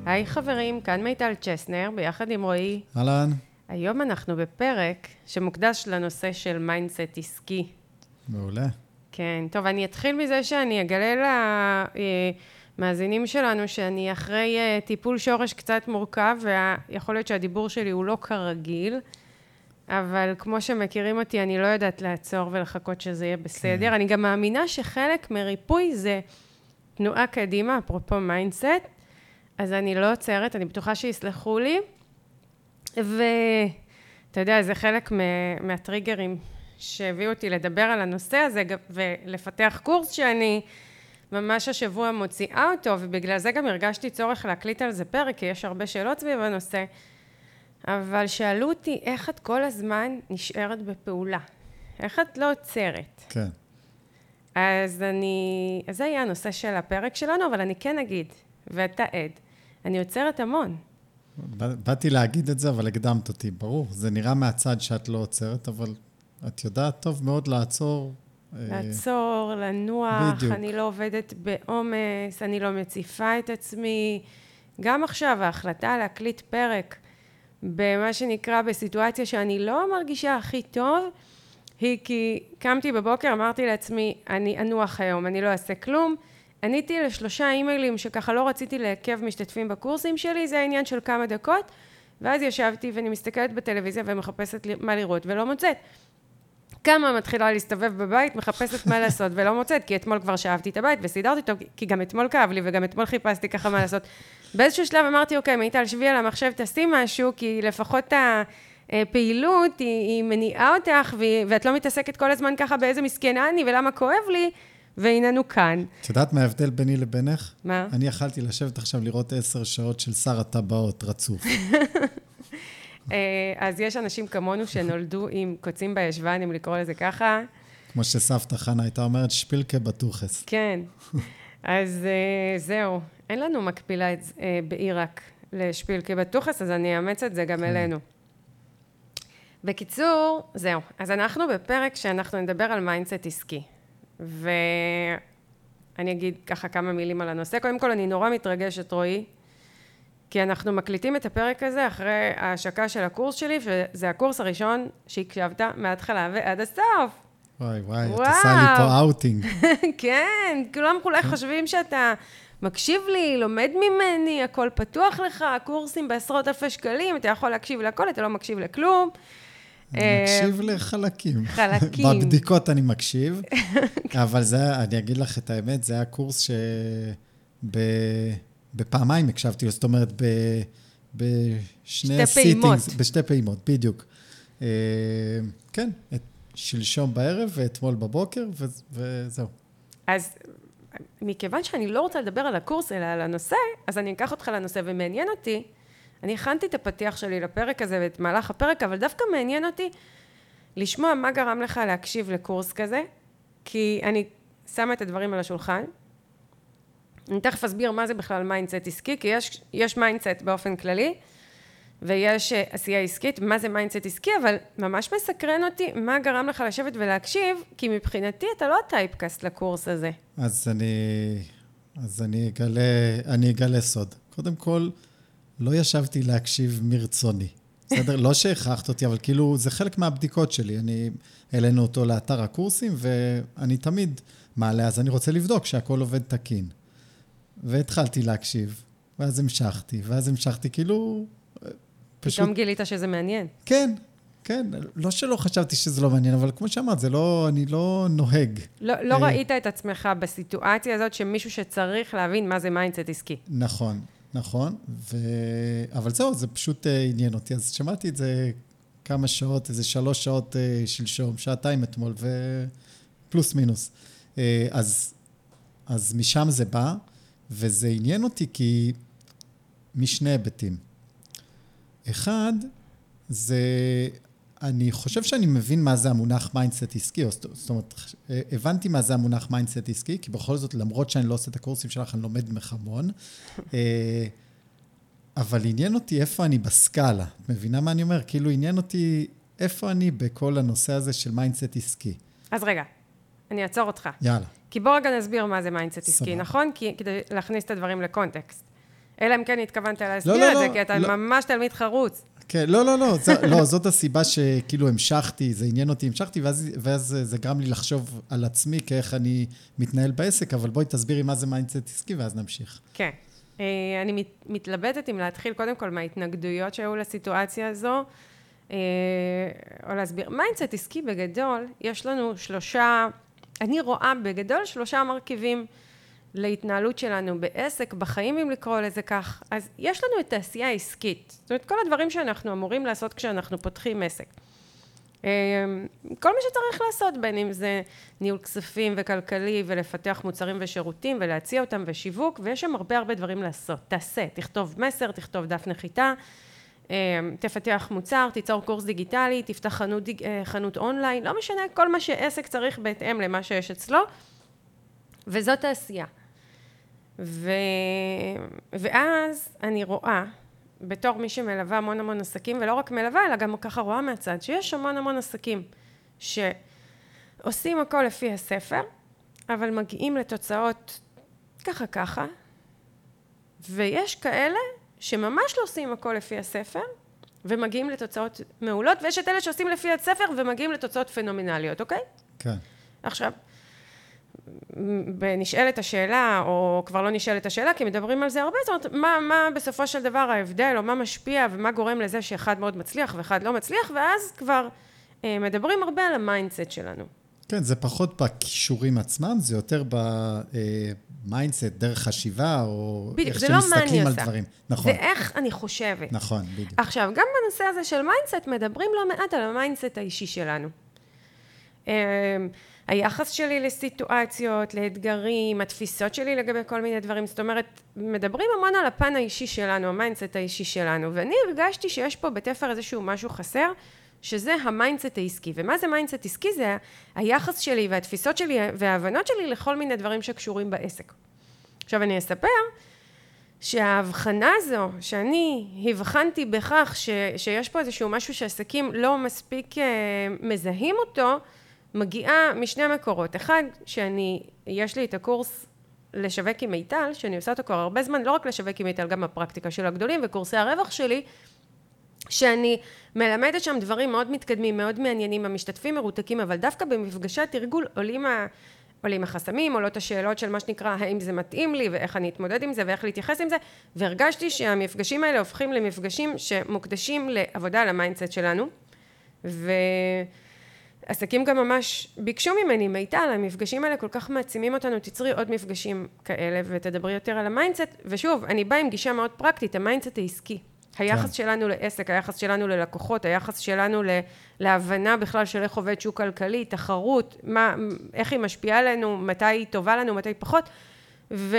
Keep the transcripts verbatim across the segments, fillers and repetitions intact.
היי חברים, כאן מיטל צ'סנר, ביחד עם רועי. אהלן. היום אנחנו בפרק שמוקדש לנושא של מיינדסט עסקי. מעולה. כן, טוב, אני אתחיל מזה שאני אגלה למאזינים שלנו שאני אחרי טיפול שורש קצת מורכב, ויכול להיות שהדיבור שלי הוא לא כרגיל, אבל כמו שמכירים אותי, אני לא יודעת לעצור ולחכות שזה יהיה בסדר. כן. אני גם מאמינה שחלק מריפוי זה תנועה קדימה, אפרופו מיינדסט, אז אני לא עוצרת, אני בטוחה שיסלחו לי, ואתה יודע, זה חלק מהטריגרים שהביאו אותי לדבר על הנושא הזה, ולפתח קורס שאני ממש השבוע מוציאה אותו, ובגלל זה גם הרגשתי צורך להקליט על זה פרק, כי יש הרבה שאלות סביב הנושא, אבל שאלו אותי, איך את כל הזמן נשארת בפעולה? איך את לא עוצרת? כן. אז אני, אז זה היה הנושא של הפרק שלנו, אבל אני כן אגיד, ואתה עד, אני עוצרת המון. באתי להגיד את זה, אבל הקדמת אותי, ברור. זה נראה מהצד שאת לא עוצרת, אבל את יודעת טוב מאוד לעצור. לעצור, לנוח, בדיוק. אני לא עובדת בעומס, אני לא מציפה את עצמי. גם עכשיו, ההחלטה להקליט פרק, במה שנקרא בסיטואציה שאני לא מרגישה הכי טוב, היא כי קמתי בבוקר, אמרתי לעצמי, אני אנוח היום, אני לא אעשה כלום, עניתי לשלושה אימיילים שככה לא רציתי לעכב משתתפים בקורסים שלי, זה העניין של כמה דקות, ואז ישבתי ואני מסתכלת בטלוויזיה ומחפשת מה לראות ולא מוצאת. כמה מתחילה להסתובב בבית, מחפשת מה לעשות ולא מוצאת, כי אתמול כבר שאהבתי את הבית וסידרתי אותו, כי גם אתמול כאב לי וגם אתמול חיפשתי ככה מה לעשות. באיזשהו שלב אמרתי, אוקיי, מיטל, שבי על המחשב, תעשי משהו, כי לפחות הפעילות היא, היא מניעה אותך, ואת לא מתעסקת כל הזמן ככה באיזה מסכנה אני ולמה כואב לי, והננו כאן. את יודעת מה ההבדל ביני לבינך? מה? אני יכלתי לשבת עכשיו לראות עשר שעות של שר הטבעות רצוף. אז יש אנשים כמונו שנולדו עם קוצים בישבן, אם לקרוא לזה ככה. כמו שסבתא חנה הייתה אומרת, שפילקה בטוחס. כן. אז זהו. אין לנו מקבילה בעיראק לשפילקה בטוחס, אז אני אאמץ את זה גם אלינו. בקיצור, זהו. אז אנחנו בפרק שאנחנו נדבר על מיינדסט עסקי. ואני אגיד ככה כמה מילים על הנושא. קודם כל, אני נורא מתרגשת, רועי, כי אנחנו מקליטים את הפרק הזה אחרי ההשקה של הקורס שלי, שזה הקורס הראשון שהקשבת מההתחלה ועד הסוף. וואי, וואי, את עושה לי פה אאוטינג. כן, כולם כולי חושבים שאתה מקשיב לי, לומד ממני, הכל פתוח לך, הקורסים בעשרות אלפי שקלים, אתה יכול להקשיב לכל, אתה לא מקשיב לכלום. אני מקשיב לחלקים. חלקים. בבדיקות אני מקשיב, אבל זה, אני אגיד לך את האמת, זה היה קורס שבפעמיים הקשבתי, זאת אומרת, בשני סיטינגס, בשתי פעימות, בדיוק. כן, שלשום בערב ואתמול בבוקר, וזהו. אז מכיוון שאני לא רוצה לדבר על הקורס, אלא על הנושא, אז אני אקח אותך לנושא ומעניין אותי, אני הכנתי את הפתיח שלי לפרק הזה ואת מהלך הפרק, אבל דווקא מעניין אותי לשמוע מה גרם לך להקשיב לקורס כזה, כי אני שמה את הדברים על השולחן. אני תכף אסביר מה זה בכלל מיינדסט עסקי, כי יש, יש מיינדסט באופן כללי, ויש עשייה עסקית, מה זה מיינדסט עסקי, אבל ממש מסקרן אותי מה גרם לך לשבת ולהקשיב, כי מבחינתי אתה לא טייפקאסט לקורס הזה. אז אני, אז אני אגלה, אני אגלה סוד. קודם כל, לא ישבתי להקשיב מרצוני. בסדר? לא שהכרחת אותי, אבל כאילו זה חלק מהבדיקות שלי. אני העלינו אותו לאתר הקורסים, ואני תמיד מעלה, אז אני רוצה לבדוק שהכל עובד תקין. והתחלתי להקשיב, ואז המשכתי, ואז המשכתי כאילו פשוט... פתאום גילית שזה מעניין. כן, כן. לא שלא חשבתי שזה לא מעניין, אבל כמו שאמרת, זה לא, אני לא נוהג. לא, לא ראית את עצמך בסיטואציה הזאת שמישהו שצריך להבין מה זה מיינדסט עסקי. נכון. נכון, ו... אבל זהו, זה פשוט עניין אותי. אז שמעתי את זה כמה שעות, איזה שלוש שעות שלשום, שעתיים אתמול, ופלוס מינוס. אז, אז משם זה בא, וזה עניין אותי כי משני היבטים. אחד, זה... אני חושב שאני מבין מה זה המונח מיינדסט עסקי, זאת אומרת, הבנתי מה זה המונח מיינדסט עסקי, כי בכל זאת, למרות שאני לא עושה את הקורסים שלך, אני לומד ממך המון, אבל עניין אותי איפה אני בסקאלה. את מבינה מה אני אומר? כאילו עניין אותי איפה אני בכל הנושא הזה של מיינדסט עסקי. אז רגע, אני אעצור אותך. יאללה. כי בוא רגע נסביר מה זה מיינדסט עסקי, נכון? כי, כדי להכניס את הדברים לקונטקסט. אלא אם כן התכוונת להסביר את זה, כי אתה ממש תלמיד חרוץ. כן, לא, לא, לא, לא, זאת הסיבה שכאילו המשכתי, זה עניין אותי, המשכתי, ואז, ואז זה גרם לי לחשוב על עצמי, כאיך אני מתנהל בעסק, אבל בואי תסבירי מה זה מיינדסט עסקי, ואז נמשיך. כן. אני מתלבטת אם להתחיל קודם כל מההתנגדויות שהיו לסיטואציה הזו, או להסביר. מיינדסט עסקי בגדול, יש לנו שלושה, אני רואה בגדול שלושה מרכיבים להתנהלות שלנו בעסק, בחיים אם לקרוא לזה כך. אז יש לנו את העשייה העסקית. זאת אומרת, כל הדברים שאנחנו אמורים לעשות כשאנחנו פותחים עסק. כל מה שצריך לעשות, בין אם זה ניהול כספים וכלכלי, ולפתח מוצרים ושירותים, ולהציע אותם ושיווק, ויש שם הרבה הרבה דברים לעשות. תעשה, תכתוב מסר, תכתוב דף נחיתה, תפתח מוצר, תיצור קורס דיגיטלי, תפתח חנות, חנות אונליין, לא משנה, כל מה שעסק צריך בהתאם למה שיש אצלו, וזאת העשייה. ו... ואז אני רואה, בתור מי שמלווה המון המון עסקים, ולא רק מלווה, אלא גם ככה רואה מהצד, שיש המון המון עסקים שעושים הכל לפי הספר, אבל מגיעים לתוצאות ככה ככה, ויש כאלה שממש לא עושים הכל לפי הספר, ומגיעים לתוצאות מעולות, ויש את אלה שעושים לפי הספר ומגיעים לתוצאות פנומנליות, אוקיי? כן. עכשיו, נשאלת השאלה, או כבר לא נשאלת השאלה, כי מדברים על זה הרבה, זאת אומרת, מה, מה בסופו של דבר ההבדל, או מה משפיע, ומה גורם לזה שאחד מאוד מצליח, ואחד לא מצליח, ואז כבר אה, מדברים הרבה על המיינדסט שלנו. כן, זה פחות בכישורים עצמם, זה יותר במיינדסט, דרך חשיבה, או בדיוק, איך זה לא שמסתכלים מה על אני דברים. נכון. זה איך אני חושבת. נכון, בדיוק. עכשיו, גם בנושא הזה של מיינדסט, מדברים לא מעט על המיינדסט האישי שלנו. היחס שלי לסיטואציות, לאתגרים, התפיסות שלי לגבי כל מיני דברים, זאת אומרת, מדברים המון על הפן האישי שלנו, המיינדסט האישי שלנו, ואני הרגשתי שיש פה בתפר איזשהו משהו חסר, שזה המיינדסט העסקי. ומה זה מיינדסט עסקי? זה היחס שלי והתפיסות שלי וההבנות שלי לכל מיני דברים שקשורים בעסק. עכשיו אני אספר שההבחנה הזו, שאני הבחנתי בכך ש, שיש פה איזשהו משהו שעסקים לא מספיק מזהים אותו, מגיעה משני מקורות. אחד, שאני, יש לי את הקורס לשווק עם מיטל, שאני עושה אותו כבר הרבה זמן, לא רק לשווק עם מיטל, גם הפרקטיקה של הגדולים וקורסי הרווח שלי, שאני מלמדת שם דברים מאוד מתקדמים, מאוד מעניינים, המשתתפים מרותקים, אבל דווקא במפגשי התרגול עולים, ה, עולים החסמים, עולות השאלות של מה שנקרא, האם זה מתאים לי, ואיך אני אתמודד עם זה, ואיך להתייחס עם זה, והרגשתי שהמפגשים האלה הופכים למפגשים שמוקדשים לעבודה על המיינדסט שלנו, ו... עסקים גם ממש ביקשו ממני, מיטל, המפגשים האלה כל כך מעצימים אותנו, תצרי עוד מפגשים כאלה ותדברי יותר על המיינדסט, ושוב, אני באה עם גישה מאוד פרקטית, המיינדסט העסקי, היחס שלנו לעסק, היחס שלנו ללקוחות, היחס שלנו להבנה בכלל של איך עובד שוק כלכלי, תחרות, מה, איך היא משפיעה עלינו, מתי היא טובה לנו, מתי פחות, וזה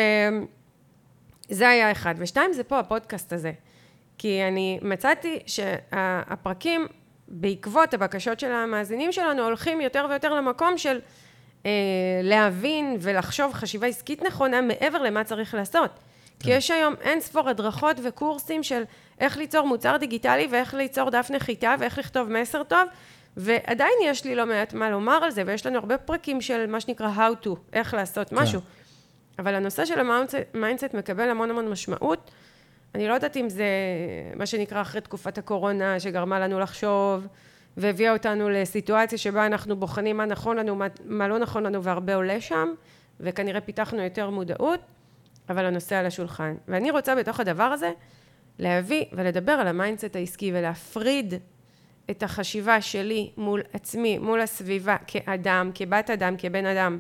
היה אחד. ושתיים, זה פה הפודקאסט הזה, כי אני מצאתי שהפרקים, בעקבות הבקשות של המאזינים שלנו, הולכים יותר ויותר למקום של אה, להבין ולחשוב חשיבה עסקית נכונה מעבר למה צריך לעשות. כן. כי יש היום אין ספור הדרכות וקורסים של איך ליצור מוצר דיגיטלי ואיך ליצור דף נחיתה ואיך לכתוב מסר טוב, ועדיין יש לי לא מעט מה לומר על זה, ויש לנו הרבה פרקים של מה שנקרא how to, איך לעשות משהו. כן. אבל הנושא של המיינדסט מקבל המון המון משמעות, אני לא יודעת אם זה מה שנקרא אחרי תקופת הקורונה שגרמה לנו לחשוב והביאה אותנו לסיטואציה שבה אנחנו בוחנים מה נכון לנו, מה, מה לא נכון לנו והרבה עולה שם, וכנראה פיתחנו יותר מודעות, אבל הנושא על השולחן. ואני רוצה בתוך הדבר הזה להביא ולדבר על המיינדסט העסקי ולהפריד את החשיבה שלי מול עצמי, מול הסביבה, כאדם, כבת אדם, כבן אדם,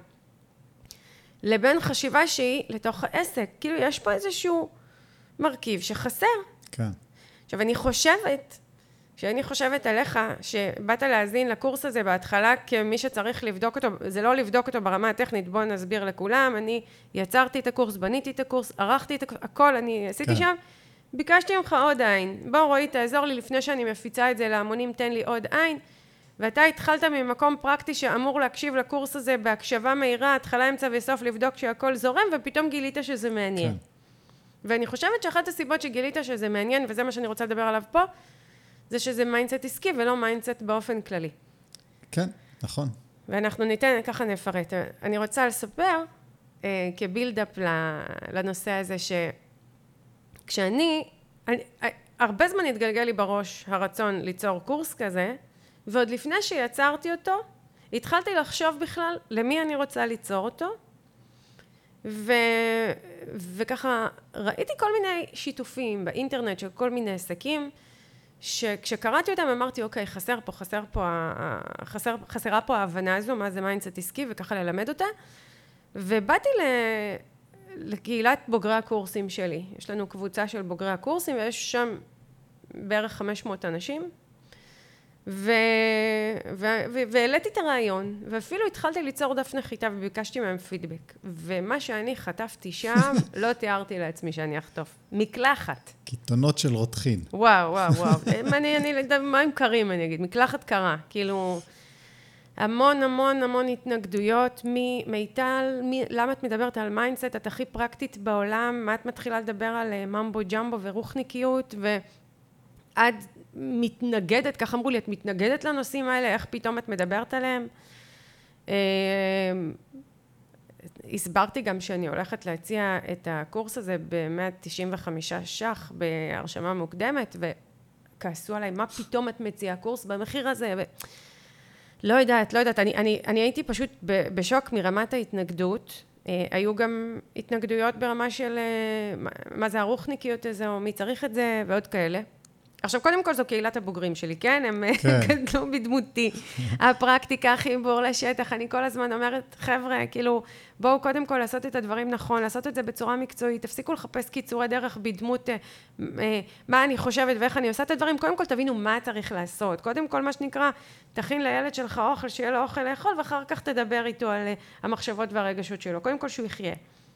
לבין חשיבה שהיא לתוך העסק. כאילו יש פה איזשהו מרכיב שחסר. כן. עכשיו, אני חושבת, כשאני חושבת עליך, שבאת להאזין לקורס הזה בהתחלה, כמי שצריך לבדוק אותו, זה לא לבדוק אותו ברמה הטכנית, בוא נסביר לכולם, אני יצרתי את הקורס, בניתי את הקורס, ערכתי את הכל, אני עשיתי כן. שם, ביקשתי ממך עוד עין, בוא רואי, תעזור לי לפני שאני מפיצה את זה להמונים, תן לי עוד עין, ואתה התחלת ממקום פרקטי שאמור להקשיב לקורס הזה בהקשבה מהירה, התחלה, אמצע וסוף, לבדוק שהכל זורם, ופתאום גילית שזה מעניין. כן. ואני חושבת שאחת הסיבות שגילית שזה מעניין, וזה מה שאני רוצה לדבר עליו פה, זה שזה מיינדסט עסקי ולא מיינדסט באופן כללי. כן, נכון. ואנחנו ניתן, ככה נפרט. אני רוצה לספר, אה, כבילדאפ לנושא הזה, כשאני, אני, הרבה זמן התגלגל לי בראש הרצון ליצור קורס כזה, ועוד לפני שיצרתי אותו, התחלתי לחשוב בכלל למי אני רוצה ליצור אותו, ו, וככה ראיתי כל מיני שיתופים באינטרנט של כל מיני עסקים, שכשקראתי אותם אמרתי, אוקיי, חסר פה, חסר פה, חסר, חסרה פה ההבנה הזו, מה זה מיינדסט עסקי, וככה ללמד אותה, ובאתי ל... לקהילת בוגרי הקורסים שלי. יש לנו קבוצה של בוגרי הקורסים, ויש שם בערך חמש מאות אנשים, ו... ו... ו... והעליתי את הרעיון, ואפילו התחלתי ליצור דף נחיתה, וביקשתי מהם פידבק. ומה שאני חטפתי שם, לא תיארתי לעצמי שאני אחטוף. מקלחת. קיתונות של רותחין. וואו, וואו, וואו. אני, אני, מה הם קרים, אני אגיד? מקלחת קרה. כאילו, המון, המון, המון התנגדויות. מיטל, מי, למה את מדברת על מיינדסט? את הכי פרקטית בעולם. מה את מתחילה לדבר על ממבו ג'מבו ורוחניקיות? ועד מתנגדת, כך אמרו לי, את מתנגדת לנושאים האלה? איך פתאום את מדברת עליהם? הסברתי גם שאני הולכת להציע את הקורס הזה ב-מאה תשעים וחמישה ש"ח בהרשמה מוקדמת, וכעסו עליי, מה פתאום את מציעה קורס במחיר הזה? ו... לא יודעת, לא יודעת, אני, אני, אני הייתי פשוט בשוק מרמת ההתנגדות. היו גם התנגדויות ברמה של מה זה הרוחניקיות הזה, או מי צריך את זה, ועוד כאלה. עכשיו, קודם כל זו קהילת הבוגרים שלי, כן? הם כן. גדלו בדמותי. הפרקטיקה, חיבור לשטח, אני כל הזמן אומרת, חבר'ה, כאילו, בואו קודם כל לעשות את הדברים נכון, לעשות את זה בצורה מקצועית, תפסיקו לחפש קיצורי דרך בדמות, מה אני חושבת ואיך אני עושה את הדברים, קודם כל תבינו מה צריך לעשות. קודם כל, מה שנקרא, תכין לילד שלך אוכל, שיהיה לו אוכל לאכול, ואחר כך תדבר איתו על המחשבות והרגשות שלו. קודם כל שהוא יחיה.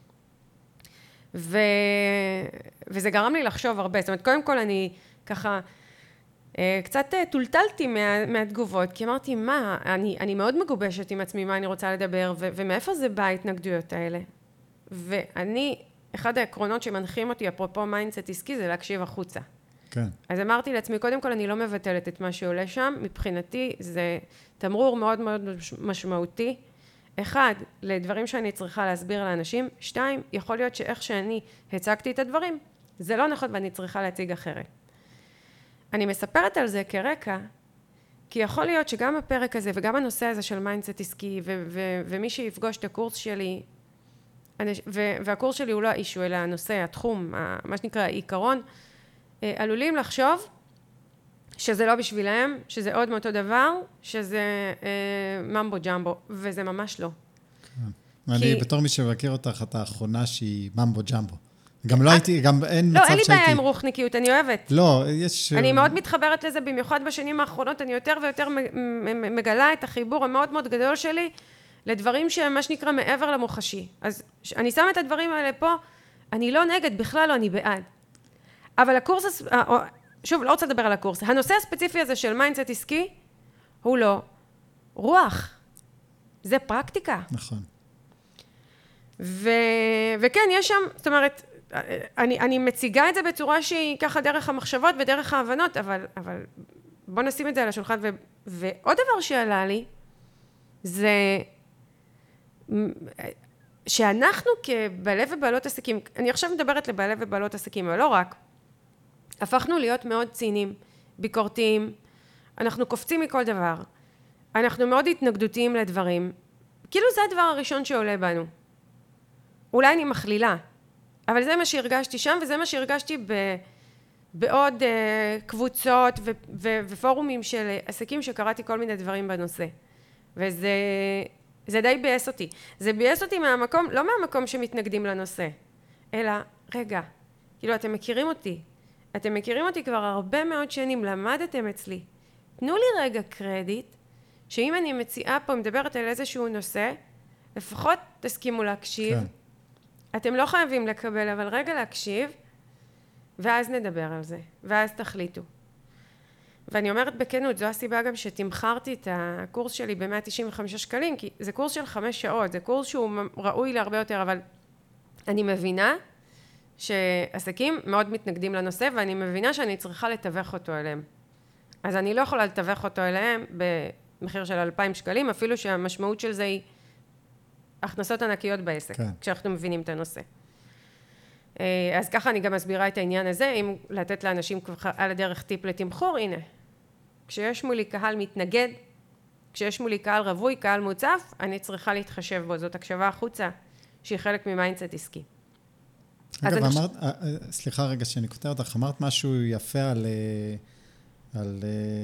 ו... וזה גרם לי לחשוב הרבה. זאת אומרת, קודם כל אני ככה, קצת טולטלתי מה, מהתגובות, כי אמרתי, מה, אני, אני מאוד מגובשת עם עצמי, מה אני רוצה לדבר, ו, ומאיפה זה בא ההתנגדויות האלה? ואני, אחד העקרונות שמנחים אותי, אפרופו מיינדסט עסקי, זה להקשיב החוצה. כן. אז אמרתי לעצמי, קודם כל, אני לא מבטלת את מה שעולה שם, מבחינתי זה תמרור מאוד מאוד משמעותי. אחד, לדברים שאני צריכה להסביר לאנשים. שתיים, יכול להיות שאיך שאני הצגתי את הדברים, זה לא נכון ואני צריכה להציג אחרת. אני מספרת על זה כרקע, כי יכול להיות שגם הפרק הזה וגם הנושא הזה של מיינדסט עסקי, ו- ו- ומי שיפגוש את הקורס שלי, ו- והקורס שלי הוא לא האישו, אלא הנושא, התחום, מה שנקרא העיקרון, עלולים לחשוב שזה לא בשבילם, שזה עוד מאותו דבר, שזה ממבו ג'מבו, וזה ממש לא. כן. אני בתור מי שמכיר אותך, את האחרונה שהיא ממבו ג'מבו. גם לא הייתי, גם אין מצב שהייתי... לא, אין לי בעיה עם רוחניקיות, אני אוהבת. לא, יש... אני מאוד מתחברת לזה, במיוחד בשנים האחרונות, אני יותר ויותר מגלה את החיבור המאוד מאוד גדול שלי, לדברים שהם מה שנקרא מעבר למוחשי. אז אני שמה את הדברים האלה פה, אני לא נגד, בכלל לא, אני בעד. אבל הקורס, שוב, לא רוצה לדבר על הקורס, הנושא הספציפי הזה של מיינדסט עסקי, הוא לא רוח. זה פרקטיקה. נכון. ו... וכן, יש שם, זאת אומרת, אני, אני מציגה את זה בצורה שהיא ככה דרך המחשבות ודרך ההבנות, אבל, אבל בוא נשים את זה על השולחן. ו... ועוד דבר שעלה לי, זה שאנחנו כבעלי ובעלות עסקים, אני עכשיו מדברת לבעלי ובעלות עסקים, אבל לא רק, הפכנו להיות מאוד ציניים, ביקורתיים, אנחנו קופצים מכל דבר, אנחנו מאוד התנגדותיים לדברים, כאילו זה הדבר הראשון שעולה בנו. אולי אני מכלילה, אבל זה מה שהרגשתי שם, וזה מה שהרגשתי ב, בעוד uh, קבוצות ו, ו, ופורומים של עסקים שקראתי כל מיני דברים בנושא. וזה זה די בייס אותי. זה בייס אותי מהמקום, לא מהמקום שמתנגדים לנושא, אלא, רגע, כאילו אתם מכירים אותי, אתם מכירים אותי כבר הרבה מאוד שנים, למדתם אצלי. תנו לי רגע קרדיט, שאם אני מציעה פה, מדברת על איזשהו נושא, לפחות תסכימו להקשיב, כן. אתם לא חייבים לקבל, אבל רגע להקשיב, ואז נדבר על זה, ואז תחליטו. ואני אומרת בכנות, זו הסיבה גם שתמכרתי את הקורס שלי ב-מאה תשעים וחמישה שקלים, כי זה קורס של חמש שעות, זה קורס שהוא ראוי להרבה יותר, אבל אני מבינה שעסקים מאוד מתנגדים לנושא, ואני מבינה שאני צריכה לתווך אותו אליהם. אז אני לא יכולה לתווך אותו אליהם במחיר של אלפיים שקלים, אפילו שהמשמעות של זה היא הכנסות ענקיות בעסק, כן. כשאנחנו מבינים את הנושא. אז ככה אני גם מסבירה את העניין הזה, אם לתת לאנשים על הדרך טיפ לתמחור, הנה, כשיש מולי קהל מתנגד, כשיש מולי קהל רווי, קהל מוצף, אני צריכה להתחשב בו, זאת הקשבה החוצה, שהיא חלק ממיינדסט עסקי. אגב, אמרת, סליחה רגע שאני קוטע אותך, אמרת משהו יפה על, על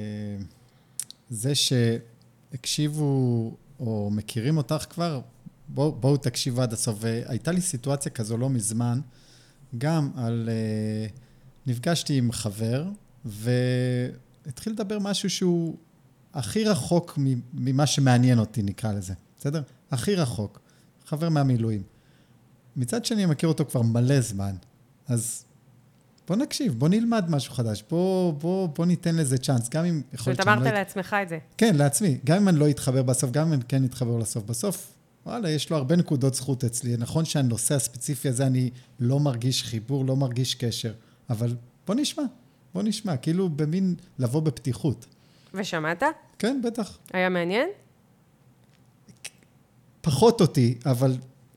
זה שהקשיבו או מכירים אותך כבר, בואו, בואו תקשיבו עד הסוף. והייתה לי סיטואציה כזו לא מזמן, גם על, נפגשתי עם חבר, והתחיל לדבר משהו שהוא הכי רחוק ממה שמעניין אותי, נקרא לזה, בסדר? הכי רחוק, חבר מהמילואים. מצד שני, אני מכיר אותו כבר מלא זמן, אז בוא נקשיב, בוא נלמד משהו חדש, בוא, בוא, בוא ניתן לזה צ'אנס, גם אם... זאת אמרת לא... לעצמך את זה. כן, לעצמי, גם אם אני לא אתחבר בסוף, גם אם אני כן אתחבר לסוף. בסוף, וואלה, יש לו הרבה נקודות זכות אצלי, נכון שהנושא הספציפי הזה, אני לא מרגיש חיבור, לא מרגיש קשר, אבל בוא נשמע, בוא נשמע, כאילו במין לבוא בפתיחות. ושמעת? כן, בטח. היה מעניין? פחות אותי, אבל...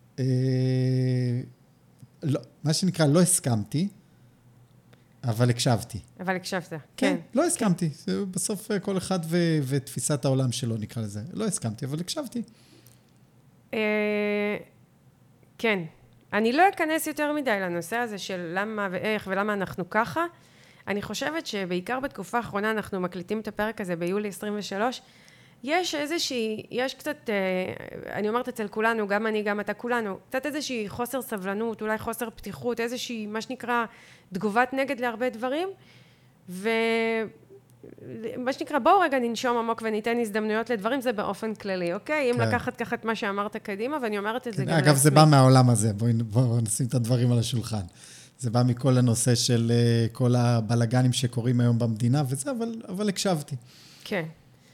לא, מה שנקרא, לא הסכמתי, אבל הקשבתי. אבל הקשבת, כן. כן, לא הסכמתי. בסוף כל אחד ו- ותפיסת העולם שלו, נקרא לזה. לא הסכמתי, אבל הקשבתי. כן. אני לא אכנס יותר מדי לנושא הזה של למה ואיך ולמה אנחנו ככה. אני חושבת שבעיקר בתקופה האחרונה אנחנו מקליטים את הפרק הזה ביולי עשרים ושלוש, יש איזושהי, יש קצת, אני אומרת אצל כולנו, גם אני, גם אתה, כולנו, קצת איזושהי חוסר סבלנות, אולי חוסר פתיחות, איזושהי, מה שנקרא, תגובת נגד להרבה דברים, ומה שנקרא, בואו רגע ננשום עמוק וניתן הזדמנויות לדברים, זה באופן כללי, אוקיי? אם לקחת ככה את מה שאמרת קדימה, ואני אומרת את זה גם לעצמי. אגב, זה בא מהעולם הזה, בואו נשים את הדברים על השולחן. זה בא מכל הנושא של כל הבלגנים שקורים היום במדינה, וזה, אבל, אבל הקשבתי. כן.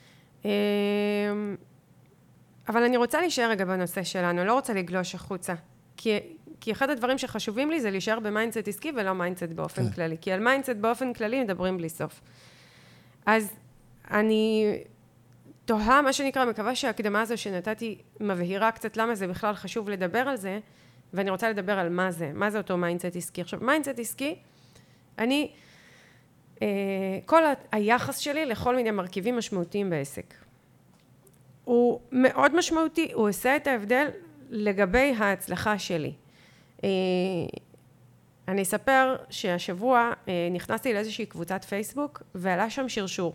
אבל אני רוצה להישאר רגע בנושא שלנו, לא רוצה לגלוש החוצה, כי, כי אחד הדברים שחשובים לי זה להישאר במיינדסט עסקי ולא מיינדסט באופן כללי, כי על מיינדסט באופן כללי מדברים בלי סוף. אז אני תוהה, מה שנקרא, מקווה שההקדמה הזו שנתתי מבהירה קצת למה זה בכלל חשוב לדבר על זה, ואני רוצה לדבר על מה זה, מה זה אותו מיינדסט עסקי. עכשיו, מיינדסט עסקי, אני... כל היחס שלי לכל מיני מרכיבים משמעותיים בעסק. הוא מאוד משמעותי, הוא עושה את ההבדל לגבי ההצלחה שלי. אני אספר שהשבוע נכנסתי לאיזושהי קבוצת פייסבוק ועלה שם שרשור.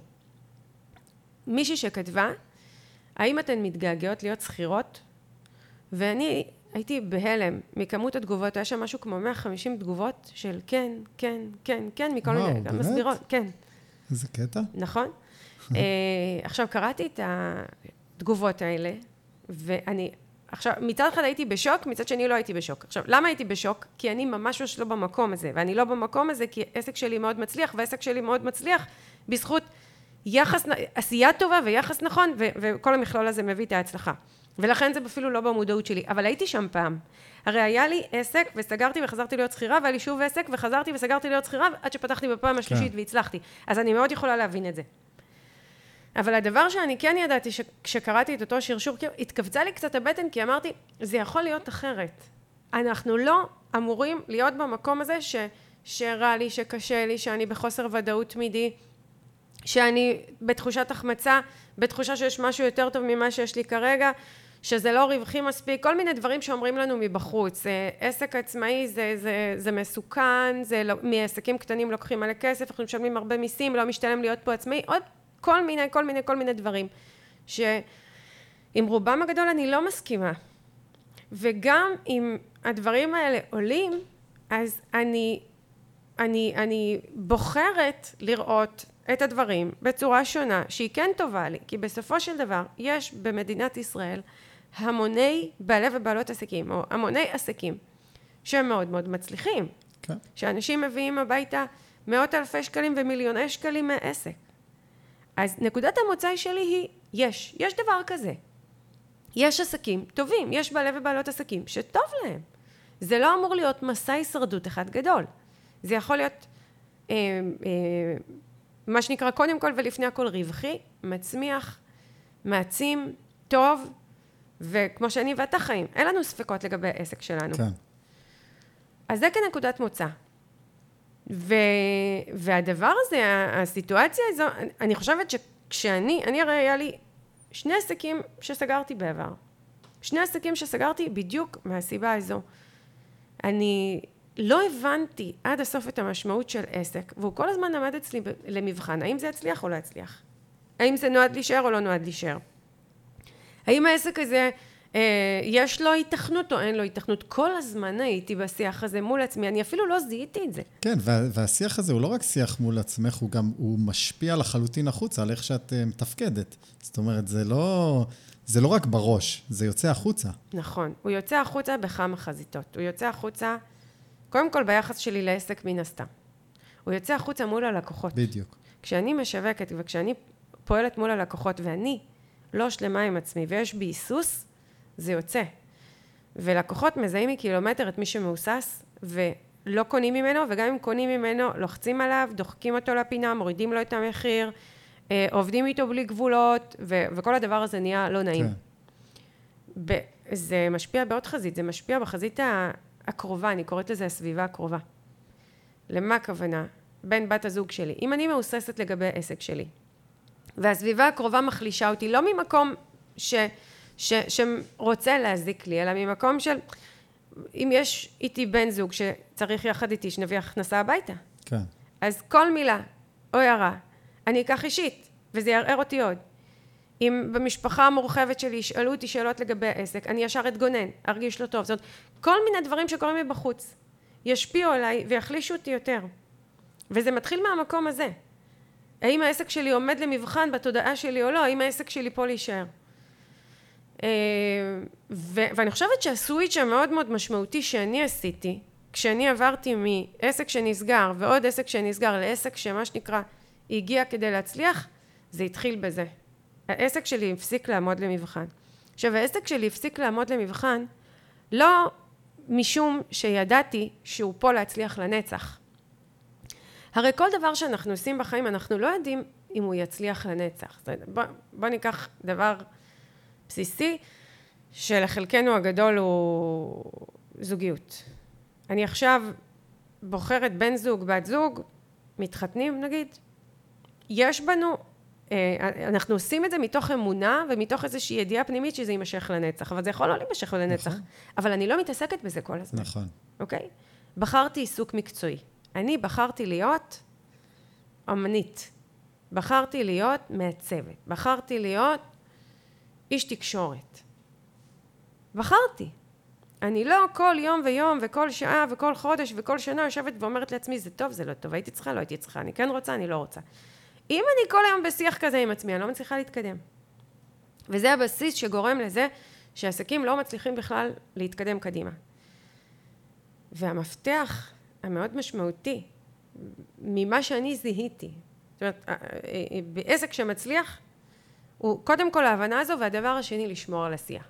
מישהי שכתבה, האם אתן מתגעגעות להיות שכירות? ואני הייתי בהלם מכמות התגובות, היה שם משהו כמו מאה וחמישים תגובות של כן, כן, כן, כן, מכל מיני, גם מסבירות, כן. איזה קטע. נכון. עכשיו, קראתי את התגובות האלה, ואני, עכשיו, מצד אחד הייתי בשוק, מצד שני לא הייתי בשוק. עכשיו, למה הייתי בשוק? כי אני ממש לא במקום הזה, ואני לא במקום הזה כי עסק שלי מאוד מצליח, ועסק שלי מאוד מצליח בזכות יחס, עשייה טובה ויחס נכון, וכל המכלול הזה מביא את ההצלחה. ולכן זה אפילו לא במודעות שלי, אבל הייתי שם פעם. הרי היה לי עסק וסגרתי וחזרתי להיות שכירה, והיה לי שוב עסק וחזרתי וסגרתי להיות שכירה, עד שפתחתי בפעם השלישית והצלחתי. אז אני מאוד יכולה להבין את זה. אבל הדבר שאני כן ידעתי, כשקראתי את אותו שרשור, התכווצה לי קצת הבטן, כי אמרתי, זה יכול להיות אחרת. אנחנו לא אמורים להיות במקום הזה ש, שרע לי, שקשה לי, שאני בחוסר ודאות תמידי, שאני בתחושת החמצה, בתחושה שיש משהו יותר טוב ממה שיש לי כרגע, שזה לא רווחי מספיק, כל מיני דברים שאומרים לנו מבחוץ. עסק עצמאי זה, זה, זה מסוכן, זה לא, מעסקים קטנים לוקחים מלא כסף, אנחנו משלמים הרבה מיסים, לא משתלם להיות פה עצמאי, עוד כל מיני, כל מיני, כל מיני דברים, שעם רובם הגדול אני לא מסכימה. וגם אם הדברים האלה עולים, אז אני, אני, אני בוחרת לראות את הדברים בצורה שונה, שהיא כן טובה לי, כי בסופו של דבר יש במדינת ישראל המוני בעלי ובעלות עסקים, או המוני עסקים, שהם מאוד מאוד מצליחים. כן. שאנשים מביאים הביתה מאות אלפי שקלים ומיליוני שקלים מהעסק. אז נקודת המוצא שלי היא, יש, יש דבר כזה. יש עסקים טובים, יש בעלי ובעלות עסקים שטוב להם. זה לא אמור להיות מסע הישרדות אחד גדול. זה יכול להיות... אה, אה, מה שנקרא קודם כל ולפני הכל רווחי, מצמיח, מעצים, טוב, וכמו שאני ואתה חיים, אין לנו ספקות לגבי העסק שלנו. כן. אז זה כנקודת מוצא. ו... והדבר הזה, הסיטואציה הזו, אני חושבת שכשאני, אני הרי היה לי שני עסקים שסגרתי בעבר. שני עסקים שסגרתי בדיוק מהסיבה הזו. אני לא הבנתי עד הסוף את המשמעות של עסק, והוא כל הזמן עמד אצלי למבחן, האם זה יצליח או לא יצליח? האם זה נועד להישאר או לא נועד להישאר? האם העסק הזה, אה, יש לו התכנות או אין לו התכנות? כל הזמן הייתי בשיח הזה מול עצמי, אני אפילו לא זיהיתי את זה. כן, וה, והשיח הזה הוא לא רק שיח מול עצמך, הוא גם, הוא משפיע לחלוטין החוצה, על איך שאת uh, מתפקדת. זאת אומרת, זה לא, זה לא רק בראש, זה יוצא החוצה. נכון, הוא יוצא החוצה בכמה חזיתות. הוא יוצא החוצה, קודם כל ביחס שלי לעסק מן הסתם. הוא יוצא החוצה מול הלקוחות. בדיוק. כשאני משווקת וכשאני פועלת מול הלקוחות ואני לא שלמה עם עצמי ויש בי היסוס, זה יוצא. ולקוחות מזהים מקילומטר את מי שמאוסס ולא קונים ממנו, וגם אם קונים ממנו, לוחצים עליו, דוחקים אותו לפינה, מורידים לו את המחיר, עובדים איתו בלי גבולות, ו- וכל הדבר הזה נהיה לא נעים. כן. ב- זה משפיע בעוד חזית, זה משפיע בחזית הקרובה, אני קוראת לזה הסביבה הקרובה. למה הכוונה? בין בת הזוג שלי. אם אני מאוססת לגבי עסק שלי, והסביבה הקרובה מחלישה אותי, לא ממקום ש, ש, שרוצה להזיק לי, אלא ממקום של, אם יש איתי בן זוג שצריך יחד איתי, שנביא הכנסה הביתה. כן. אז כל מילה או הערה, אני אקח אישית, וזה יערער אותי עוד. אם במשפחה המורחבת שלי ישאלו אותי שאלות לגבי העסק, אני ישר אתגונן, ארגיש לא טוב. זאת אומרת, כל מיני דברים שקורים לי בחוץ, ישפיעו עליי ויחלישו אותי יותר. וזה מתחיל מהמקום הזה. האם העסק שלי עומד למבחן בתודעה שלי או לא? האם העסק שלי פה להישאר? ו- ואני חושבת שהסוויץ' המאוד מאוד משמעותי שאני עשיתי, כשאני עברתי מעסק שנסגר ועוד עסק שנסגר לעסק שמה שנקרא הגיע כדי להצליח, זה התחיל בזה. העסק שלי הפסיק לעמוד למבחן. עכשיו, העסק שלי הפסיק לעמוד למבחן, לא משום שידעתי שהוא פה להצליח לנצח. הרי כל דבר שאנחנו עושים בחיים, אנחנו לא יודעים אם הוא יצליח לנצח. בוא, בוא ניקח דבר בסיסי, שלחלקנו הגדול הוא זוגיות. אני עכשיו בוחרת בן זוג, בת זוג, מתחתנים נגיד. יש בנו, אנחנו עושים את זה מתוך אמונה ומתוך איזושהי ידיעה פנימית שזה יימשך לנצח, אבל זה יכול לא להימשך לנצח. נכון. אבל אני לא מתעסקת בזה כל הזמן. נכון. אוקיי? בחרתי עיסוק מקצועי. אני בחרתי להיות אמנית. בחרתי להיות מעצבת. בחרתי להיות איש תקשורת. בחרתי. אני לא כל יום ויום וכל שעה וכל חודש וכל שנה יושבת ואומרת לעצמי, זה טוב, זה לא טוב, הייתי צריכה, לא הייתי צריכה, אני כן רוצה, אני לא רוצה. אם אני כל היום בשיח כזה עם עצמי, אני לא מצליחה להתקדם. וזה הבסיס שגורם לזה שהעסקים לא מצליחים בכלל להתקדם קדימה. והמפתח המאוד משמעותי, ממה שאני זיהיתי, זאת אומרת, בעסק שמצליח, הוא קודם כל ההבנה הזו, והדבר השני לשמור על עשייה.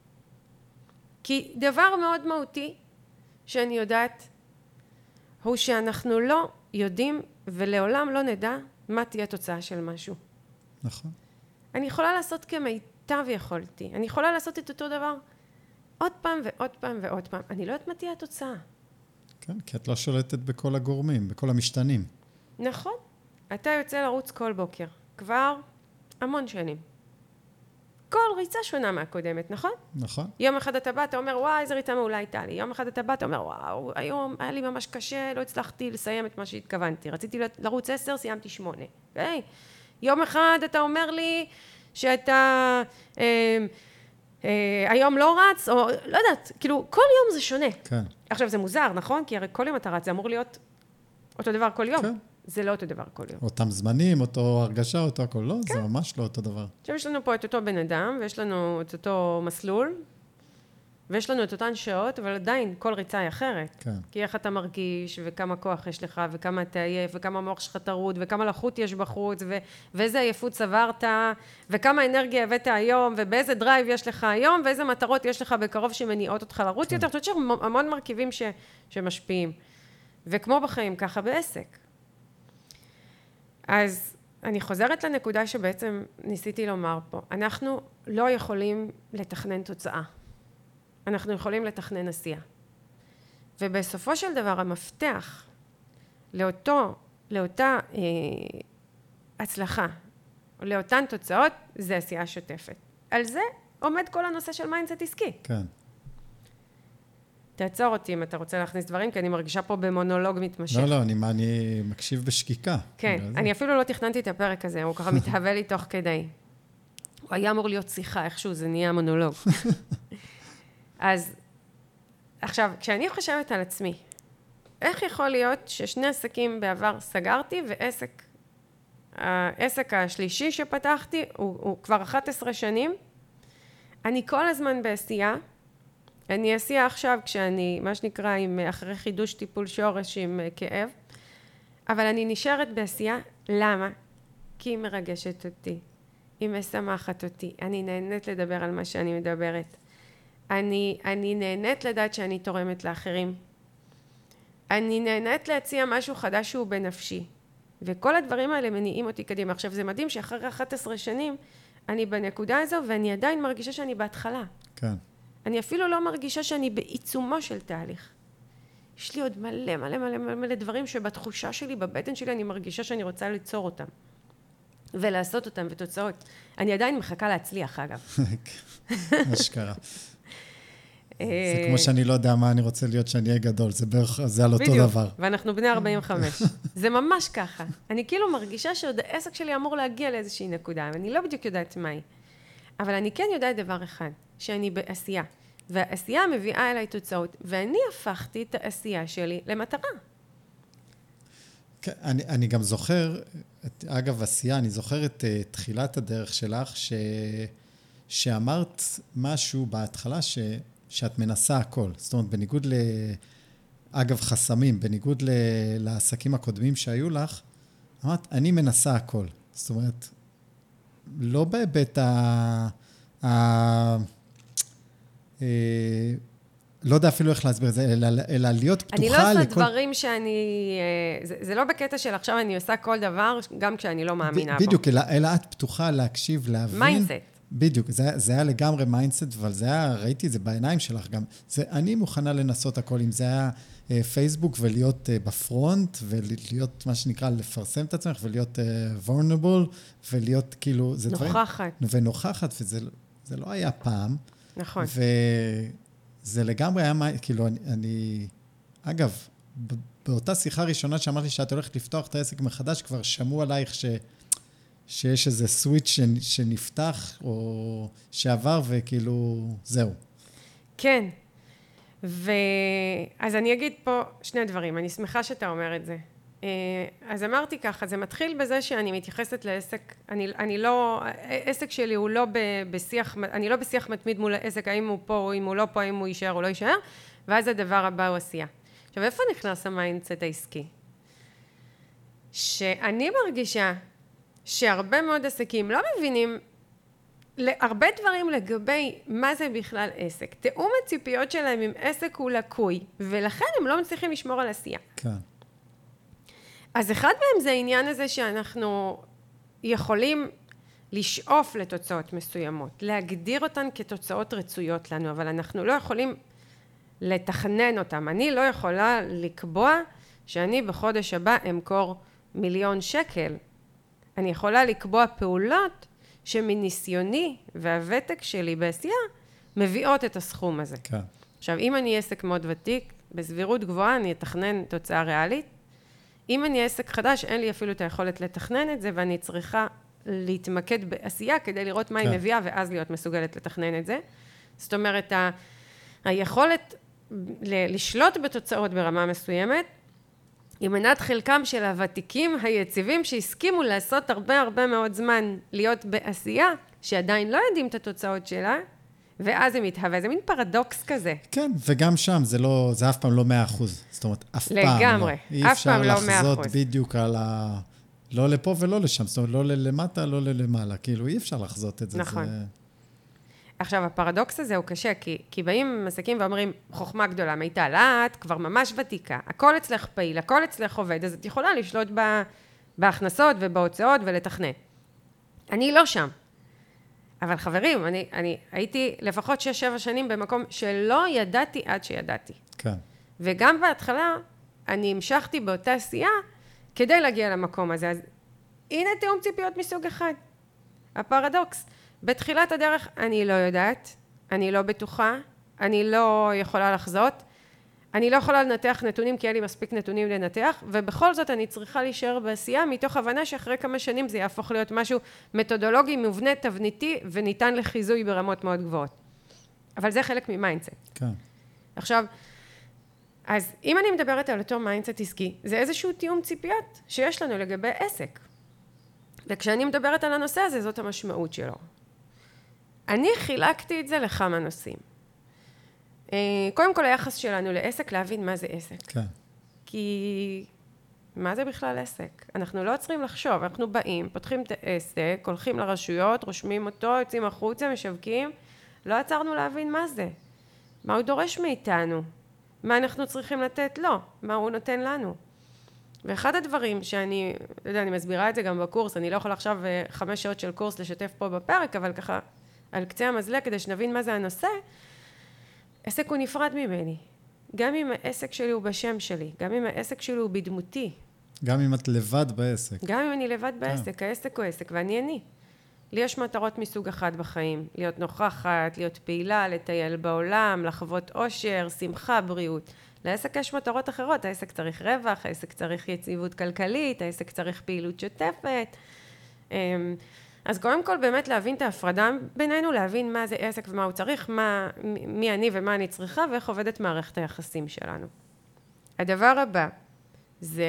כי דבר מאוד מהותי שאני יודעת, הוא שאנחנו לא יודעים ולעולם לא נדע מה תהיה התוצאה של משהו. נכון. אני יכולה לעשות כמיטב יכולתי, אני יכולה לעשות את אותו דבר עוד פעם ועוד פעם ועוד פעם, אני לא יודעת מה תהיה התוצאה. כן, כי את לא שולטת בכל הגורמים, בכל המשתנים. נכון. אתה יוצא לרוץ כל בוקר, כבר המון שנים. כל ריצה שונה מהקודמת, נכון? נכון. יום אחד אתה בא, אתה אומר, וואי, איזה ריצה מעולה הייתה לי. יום אחד אתה בא, אתה אומר, וואו, היום היה לי ממש קשה, לא הצלחתי לסיים את מה שהתכוונתי. רציתי לרוץ עשר, סיימתי שמונה. אוקיי? יום אחד אתה אומר לי שאתה אה, אה, היום לא רץ, או לא יודעת, כאילו, כל יום זה שונה. כן. עכשיו, זה מוזר, נכון? כי הרי כל יום אתה רץ, זה אמור להיות אותו דבר כל יום. כן. זה לא אותו דבר כל יום. אותם זמנים, אותו הרגשה, אותו הכל. לא, כן. זה ממש לא אותו דבר. עכשיו יש לנו פה את אותו בן אדם, ויש לנו את אותו מסלול, ויש לנו את אותן שעות, אבל עדיין כל ריצה היא אחרת. כן. כי איך אתה מרגיש, וכמה כוח יש לך, וכמה אתה עייף, וכמה המוח שלך טרוד, וכמה לחות יש בחוץ, ו- ואיזה עייפות צברת, וכמה אנרגיה הבאת היום, ובאיזה דרייב יש לך היום, ואיזה מטרות יש לך בקרוב שמניעות אותך לרוץ כן. יותר. זאת אומרת שיש המון מרכיבים ש- שמשפיעים. וכמו בחיים, ככה בעסק. אז אני חוזרת לנקודה שבעצם ניסיתי לומר פה. אנחנו לא יכולים לתכנן תוצאה. אנחנו יכולים לתכנן עשייה. ובסופו של דבר המפתח לאותו, לאותה אה, הצלחה, או לאותן תוצאות, זה עשייה שוטפת. על זה עומד כל הנושא של מיינדסט עסקי. כן. תעצור אותי אם אתה רוצה להכניס דברים, כי אני מרגישה פה במונולוג מתמשך. לא, לא, אני, אני מקשיב בשקיקה. כן, אני אפילו לא תכננתי את הפרק הזה, הוא ככה מתהווה לי תוך כדי. הוא היה אמור להיות שיחה, איכשהו, זה נהיה מונולוג. אז, עכשיו, כשאני חושבת על עצמי, איך יכול להיות ששני עסקים בעבר סגרתי, ועסק, העסק השלישי שפתחתי, הוא, הוא כבר אחת עשרה שנים, אני כל הזמן בעשייה, אני עשייה עכשיו כשאני, מה שנקרא, עם, אחרי חידוש טיפול שורש עם כאב, אבל אני נשארת בעשייה, למה? כי היא מרגשת אותי, היא משמחת אותי, אני נהנית לדבר על מה שאני מדברת, אני, אני נהנית לדעת שאני תורמת לאחרים, אני נהנית להציע משהו חדש שהוא בנפשי, וכל הדברים האלה מניעים אותי קדימה. עכשיו זה מדהים שאחרי אחת עשרה שנים, אני בנקודה הזו, ואני עדיין מרגישה שאני בהתחלה. כן. אני אפילו לא מרגישה שאני בעיצומו של תהליך. יש לי עוד מלא מלא מלא מלא מלא דברים שבתחושה שלי, בבטן שלי, אני מרגישה שאני רוצה ליצור אותם. ולעשות אותם ותוצאות. אני עדיין מחכה להצליח, אגב. אשכרה. זה כמו שאני לא יודע מה אני רוצה להיות שאני אהיה גדול, זה בערך, זה על אותו דבר. בדיוק, ואנחנו בני ארבעים וחמש. זה ממש ככה. אני כאילו מרגישה שעוד העסק שלי אמור להגיע לאיזושהי נקודה, ואני לא בדיוק יודעת מהי. אבל אני כן יודעת דבר אחד, שאני בעשייה, והעשייה מביאה אליי תוצאות, ואני הפכתי את העשייה שלי למטרה. כן, אני, אני גם זוכר, אגב, עשייה, אני זוכר את uh, תחילת הדרך שלך, ש, שאמרת משהו בהתחלה ש... שאת מנסה הכל. זאת אומרת, בניגוד ל... אגב, חסמים, בניגוד ל... לעסקים הקודמים שהיו לך, אמרת, אני מנסה הכל. זאת אומרת, לא בהיבט ה... ה... אה... לא יודע אפילו איך להסביר את זה, אלא, אלא להיות פתוחה לכל... אני לא עושה דברים שאני... זה, זה לא בקטע של עכשיו אני עושה כל דבר, גם כשאני לא מאמינה בו. בדיוק, אלא, אלא את פתוחה להקשיב, להבין... מיינדסט. בדיוק, זה, זה היה לגמרי מיינדסט, אבל זה היה, ראיתי את זה בעיניים שלך גם. זה, אני מוכנה לנסות הכל, אם זה היה אה, פייסבוק ולהיות אה, בפרונט, ולהיות מה שנקרא לפרסם את עצמך, ולהיות אה, vulnerable, ולהיות כאילו... זה נוכחת. דברים, ונוכחת, וזה זה לא היה פעם. נכון. וזה לגמרי היה, כאילו, אני, אני אגב, באותה שיחה ראשונה שאמרתי שאת הולכת לפתוח את העסק מחדש, כבר שמעו עלייך ש... שיש איזה סוויץ' שנפתח, או שעבר, וכאילו, זהו. כן. ואז אני אגיד פה שני דברים. אני שמחה שאתה אומר את זה. אז אמרתי ככה, זה מתחיל בזה שאני מתייחסת לעסק, אני, אני לא, העסק שלי הוא לא בשיח, אני לא בשיח מתמיד מול העסק, האם הוא פה, או אם הוא לא פה, האם הוא יישאר או לא יישאר, ואז הדבר הבא הוא עשייה. עכשיו, איפה נכנס המיינדסט העסקי? שאני מרגישה שהרבה מאוד עסקים לא מבינים הרבה דברים לגבי מה זה בכלל עסק. תאום הציפיות שלהם עם עסק הוא לקוי, ולכן הם לא מצליחים לשמור על עשייה. כן. אז אחד מהם זה העניין הזה שאנחנו יכולים לשאוף לתוצאות מסוימות, להגדיר אותן כתוצאות רצויות לנו, אבל אנחנו לא יכולים לתכנן אותן. אני לא יכולה לקבוע שאני בחודש הבא אמכור מיליון שקל. אני יכולה לקבוע פעולות שמניסיוני והוותק שלי בעשייה מביאות את הסכום הזה. כן. עכשיו, אם אני עסק מאוד ותיק, בסבירות גבוהה אני אתכנן תוצאה ריאלית. אם אני עסק חדש, אין לי אפילו את היכולת לתכנן את זה, ואני צריכה להתמקד בעשייה כדי לראות מה כן. היא מביאה, ואז להיות מסוגלת לתכנן את זה. זאת אומרת, ה- היכולת ל- לשלוט בתוצאות ברמה מסוימת, היא מנת חלקם של הוותיקים היציבים שהסכימו לעשות הרבה הרבה מאוד זמן להיות בעשייה, שעדיין לא יודעים את התוצאות שלה, ואז זה מתהווה, זה מין פרדוקס כזה. כן, וגם שם זה לא, זה אף פעם לא מאה אחוז. זאת אומרת, אף פעם לא. לגמרי, אף פעם לא מאה אחוז. אי אפשר לחזות בדיוק על ה... לא לפה ולא לשם, זאת אומרת, לא ללמטה, לא ללמעלה. כאילו, אי אפשר לחזות את זה. נכון. זה... עכשיו, הפרדוקס הזה הוא קשה, כי, כי באים מסכים ואומרים, חוכמה גדולה, מיטל, את כבר ממש ותיקה, הכל אצלך פעיל, הכל אצלך עובד, אז את יכולה לשלוט בה, בהכנסות ובהוצאות ולתכנן. אני לא שם. אבל חברים, אני, אני הייתי לפחות שש, שבע שנים במקום שלא ידעתי עד שידעתי. כן. וגם בהתחלה, אני המשכתי באותה עשייה, כדי להגיע למקום הזה. אז הנה תיאום ציפיות מסוג אחד. הפרדוקס. בתחילת הדרך אני לא יודעת, אני לא בטוחה, אני לא יכולה לחזות, אני לא יכולה לנתח נתונים כי אין לי מספיק נתונים לנתח, ובכל זאת אני צריכה להישאר בעשייה מתוך הבנה שאחרי כמה שנים זה יהפוך להיות משהו מתודולוגי, מובנה, תבניתי, וניתן לחיזוי ברמות מאוד גבוהות. אבל זה חלק ממיינדסט. כן. עכשיו, אז אם אני מדברת על אותו מיינדסט עסקי, זה איזשהו תיאום ציפיות שיש לנו לגבי עסק. וכשאני מדברת על הנושא הזה, זאת המשמעות שלו. אני חילקתי את זה לכמה נושאים. קודם כל, היחס שלנו לעסק, להבין מה זה עסק. כן. כי מה זה בכלל עסק? אנחנו לא צריכים לחשוב, אנחנו באים, פותחים את העסק, הולכים לרשויות, רושמים אותו, יוצאים החוצה, משווקים, לא עצרנו להבין מה זה. מה הוא דורש מאיתנו? מה אנחנו צריכים לתת לו? מה הוא נותן לנו? ואחד הדברים שאני, לא יודע, אני מסבירה את זה גם בקורס, אני לא יכולה עכשיו חמש שעות של קורס לשתף פה בפרק, אבל ככה על קצה המזלג כדי שנבין מה זה הנושא, עסק הוא נפרד ממני. גם אם העסק שלי הוא בשם שלי, גם אם העסק שלי הוא בדמותי. גם אם את לבד בעסק. גם אם אני לבד בעסק, כן. העסק הוא עסק, ואני אני. לי יש מטרות מסוג אחד בחיים, להיות נוכחת, להיות פעילה, לטייל בעולם, לחוות אושר, שמחה, בריאות. לעסק יש מטרות אחרות, העסק צריך רווח, העסק צריך יציבות כלכלית, העסק צריך פעילות שוטפת. אז קודם כל באמת להבין את ההפרדה בינינו, להבין מה זה עסק ומה הוא צריך, מה, מי אני ומה אני צריכה, ואיך עובדת מערכת היחסים שלנו. הדבר הבא זה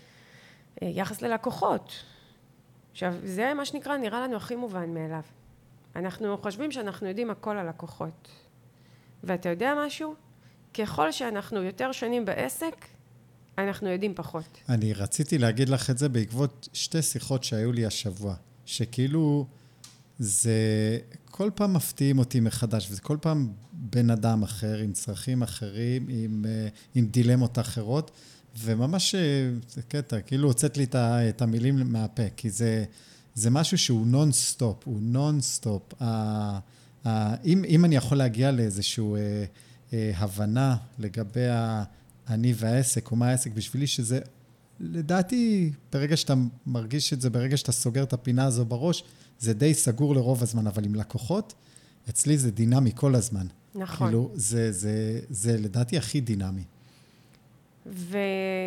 יחס ללקוחות. עכשיו, זה מה שנקרא, נראה לנו הכי מובן מאליו. אנחנו חושבים שאנחנו יודעים הכל על לקוחות. ואתה יודע משהו? ככל שאנחנו יותר שנים בעסק, אנחנו יודעים פחות. אני רציתי להגיד לך את זה בעקבות שתי שיחות שהיו לי השבוע. שכאילו זה כל פעם מפתיעים אותי מחדש, וזה כל פעם בן אדם אחר, עם צרכים אחרים, עם, עם דילמות אחרות, וממש זה קטע, כאילו הוצאת לי את המילים מהפה, כי זה, זה משהו שהוא נון-סטופ, הוא נון-סטופ. אם, אם אני יכול להגיע לאיזשהו אה, אה, הבנה לגבי אני והעסק, או מה העסק, בשבילי שזה... לדעתי, ברגע שאתה מרגיש את זה, ברגע שאתה סוגר את הפינה הזו בראש, זה די סגור לרוב הזמן, אבל עם לקוחות, אצלי זה דינמי כל הזמן. נכון. כאילו, זה, זה, זה לדעתי הכי דינמי. ואם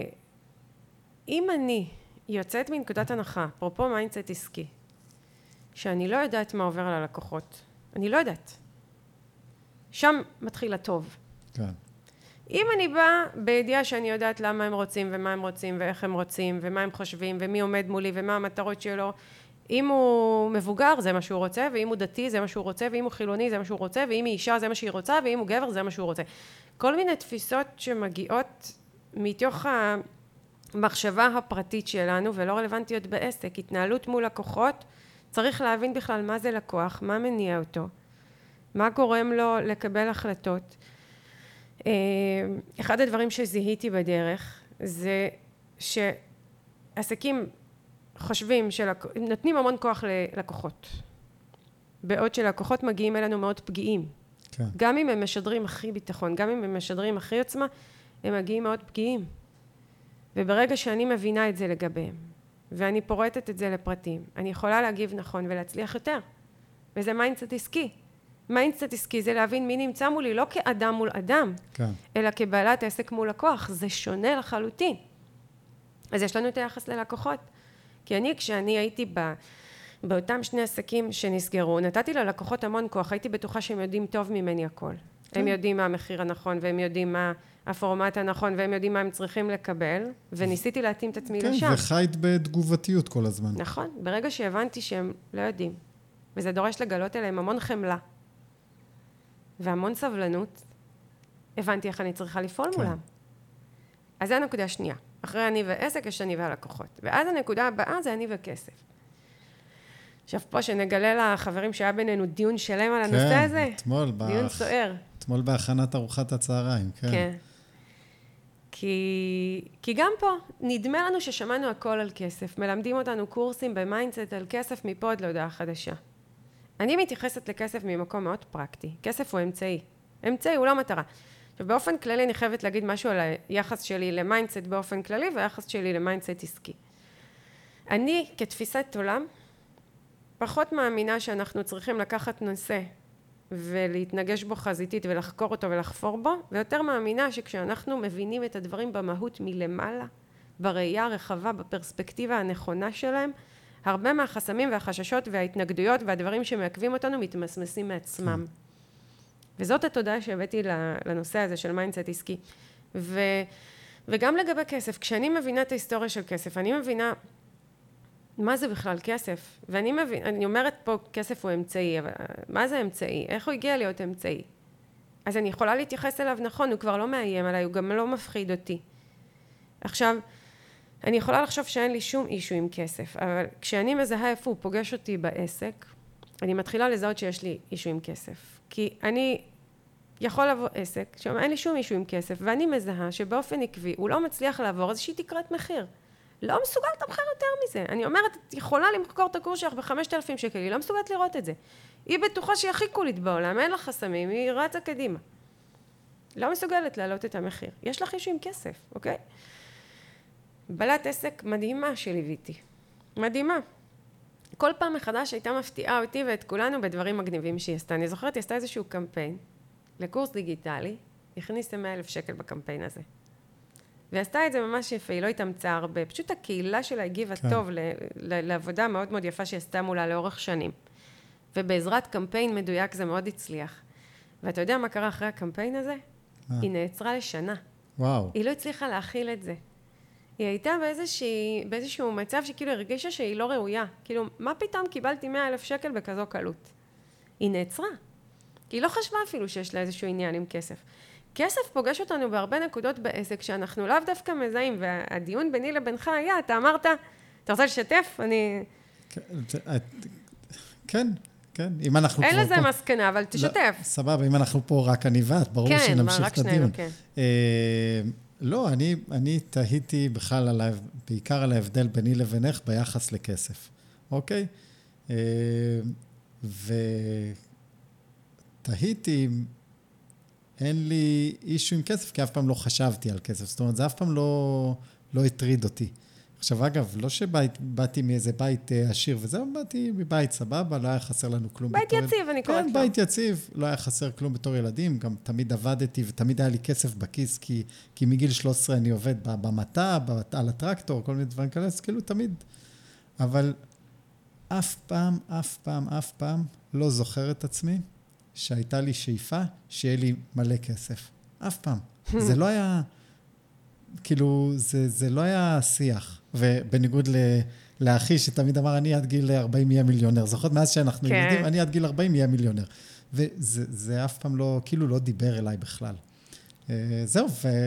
אני יוצאת מנקודת הנחה, אפרופו מיינדסט עסקי, שאני לא יודעת מה עובר על הלקוחות, אני לא יודעת. שם מתחיל הטוב. כן. אם אני באה בידיעה שאני יודעת למה הם רוצים ומה הם רוצים ואיך הם רוצים ומה הם חושבים ומי עומד מולי ומה המטרות שלו, אם הוא מבוגר זה מה שהוא רוצה, ואם הוא דתי זה מה שהוא רוצה, ואם הוא חילוני זה מה שהוא רוצה, ואם היא אישה זה מה שהיא רוצה, ואם הוא גבר זה מה שהוא רוצה. כל מיני תפיסות שמגיעות מתוך המחשבה הפרטית שלנו ולא רלוונטיות בעסק, התנהלות מול לקוחות, צריך להבין בכלל מה זה לקוח, מה מניע אותו, מה גורם לו לקבל החלטות. אחד הדברים שזיהיתי בדרך זה שעסקים חושבים, נותנים המון כוח ללקוחות, בעוד שלקוחות מגיעים אלינו מאוד פגיעים. כן. גם אם הם משדרים הכי ביטחון, גם אם הם משדרים הכי עוצמה, הם מגיעים מאוד פגיעים. וברגע שאני מבינה את זה לגביהם, ואני פורטת את זה לפרטים, אני יכולה להגיב נכון ולהצליח יותר. וזה מיינדסט עסקי. מיינדסט עסקי זה להבין מי נמצא מולי, לא כאדם מול אדם, כן. אלא כבעלת עסק מול לקוח. זה שונה לחלוטין. אז יש לנו את היחס ללקוחות. כי אני, כשאני הייתי בא, באותם שני עסקים שנסגרו, נתתי ללקוחות המון כוח, הייתי בטוחה שהם יודעים טוב ממני הכל. כן. הם יודעים מה המחיר הנכון, והם יודעים מה הפורמט הנכון, והם יודעים מה הם צריכים לקבל, וניסיתי להתאים את עצמי כן, לשם. כן, וחיית בתגובתיות כל הזמן. נכון, ברגע שהבנתי שהם לא יודעים, וזה דורש לגלות אליהם המון חמלה, והמון סבלנות, הבנתי איך אני צריכה לפעול כן. מולם. אז זה הנקודה השנייה. אחרי אני ועסק, יש אני והלקוחות. ואז הנקודה הבאה זה אני וכסף. עכשיו פה שנגלה לחברים שהיה בינינו דיון שלם על הנושא כן, הזה. אתמול דיון באח... סוער. אתמול בהכנת ארוחת הצהריים, כן. כן. כי, כי גם פה נדמה לנו ששמענו הכל על כסף. מלמדים אותנו קורסים במיינדסט על כסף מפה עד להודעה חדשה. אני מתייחסת לכסף ממקום מאוד פרקטי. כסף הוא אמצעי. אמצעי הוא לא מטרה. ובאופן כללי אני חייבת להגיד משהו על היחס שלי למיינדסט באופן כללי, והיחס שלי למיינדסט עסקי. אני, כתפיסת עולם, פחות מאמינה שאנחנו צריכים לקחת נושא ולהתנגש בו חזיתית ולחקור אותו ולחפור בו, ויותר מאמינה שכשאנחנו מבינים את הדברים במהות מלמעלה, בראייה הרחבה, בפרספקטיבה הנכונה שלהם, הרבה מהחסמים והחששות וההתנגדויות והדברים שמעכבים אותנו מתמסמסים מעצמם. וזאת התודעה שהבאתי לנושא הזה של מיינדסט עסקי. ו, וגם לגבי כסף, כשאני מבינה את ההיסטוריה של כסף, אני מבינה מה זה בכלל כסף. ואני מבין, אני אומרת פה כסף הוא אמצעי, אבל מה זה אמצעי? איך הוא הגיע להיות אמצעי? אז אני יכולה להתייחס אליו נכון, הוא כבר לא מאיים עליי, הוא גם לא מפחיד אותי. עכשיו, אני יכולה לחשוב שאין לי שום אישו עם כסף, אבל כשאני מזהה איפה הוא פוגש אותי בעסק, אני מתחילה לזהות שיש לי אישו עם כסף. כי אני יכול לבוא עסק, שאין לי שום אישו עם כסף, ואני מזהה שבאופן עקבי הוא לא מצליח לעבור איזושהי תקרת מחיר. לא מסוגל לתמחר יותר מזה. אני אומרת, את יכולה למכור את הקורס שלך ב-חמשת אלפים שקל, היא לא מסוגלת לראות את זה. היא בטוחה שהיא הכי קולית בעולם, אין לה חסמים, היא רצה קדימה. לא מסוגלת להעלות את המחיר. יש לך אישו עם כסף, אוקיי? בעלת עסק מדהימה שליוויתי. מדהימה. כל פעם מחדש הייתה מפתיעה אותי ואת כולנו בדברים מגניבים שהיא עשתה. אני זוכרת, היא עשתה איזשהו קמפיין לקורס דיגיטלי, הכניסה מאה אלף שקל בקמפיין הזה. ועשתה את זה ממש יפה, היא לא התאמצה הרבה. פשוט הקהילה שלה הגיבה כן. טוב ל- ל- לעבודה מאוד מאוד יפה שהיא עשתה מולה לאורך שנים. ובעזרת קמפיין מדויק זה מאוד הצליח. ואתה יודע מה קרה אחרי הקמפיין הזה? אה. היא נעצרה לשנה. וואו. היא לא הצליחה להכיל את זה. היא הייתה באיזושהי, באיזשהו מצב שכאילו הרגישה שהיא לא ראויה. כאילו, מה פתאום קיבלתי מאה אלף שקל בכזו קלות? היא נעצרה. כי היא לא חשבה אפילו שיש לה איזשהו עניין עם כסף. כסף פוגש אותנו בהרבה נקודות בעסק שאנחנו לאו דווקא מזהים, והדיון ביני לבינך היה, אתה אמרת, אתה רוצה לשתף? אני... כן, כן. אם אנחנו אין לזה מסקנה, אבל תשתף. סבבה, אם אנחנו פה רק אני ואת, ברור שנמשיך את הדיון. כן, לא, אני, אני תהיתי בכלל על, בעיקר על ההבדל ביני לבינך ביחס לכסף, אוקיי? ותהיתי, אין לי אישו עם כסף, כי אף פעם לא חשבתי על כסף, זאת אומרת, זה אף פעם לא, לא הטריד אותי. עכשיו, אגב, לא שבאתי מאיזה בית עשיר וזהו, באתי מבית סבבה, לא היה חסר לנו כלום. בית יציב, ילד... אני קוראת כן, בית יציב, לא היה חסר כלום בתור ילדים, גם תמיד עבדתי ותמיד היה לי כסף בכיס, כי, כי מגיל שלוש עשרה אני עובד במטה, על הטרקטור, כל מיני דברים כאלה, אז כאילו תמיד. אבל אף פעם, אף פעם, אף פעם לא זוכר את עצמי שהייתה לי שאיפה שיהיה לי מלא כסף. אף פעם. זה לא היה... כאילו, זה, זה לא היה שיח, ובניגוד ל, לאחי שתמיד אמר, אני עד גיל ארבעים יהיה מיליונר, זוכרת מאז שאנחנו כן. ילדים, אני עד גיל ארבעים יהיה מיליונר, וזה זה אף פעם לא, כאילו לא דיבר אליי בכלל. זהו,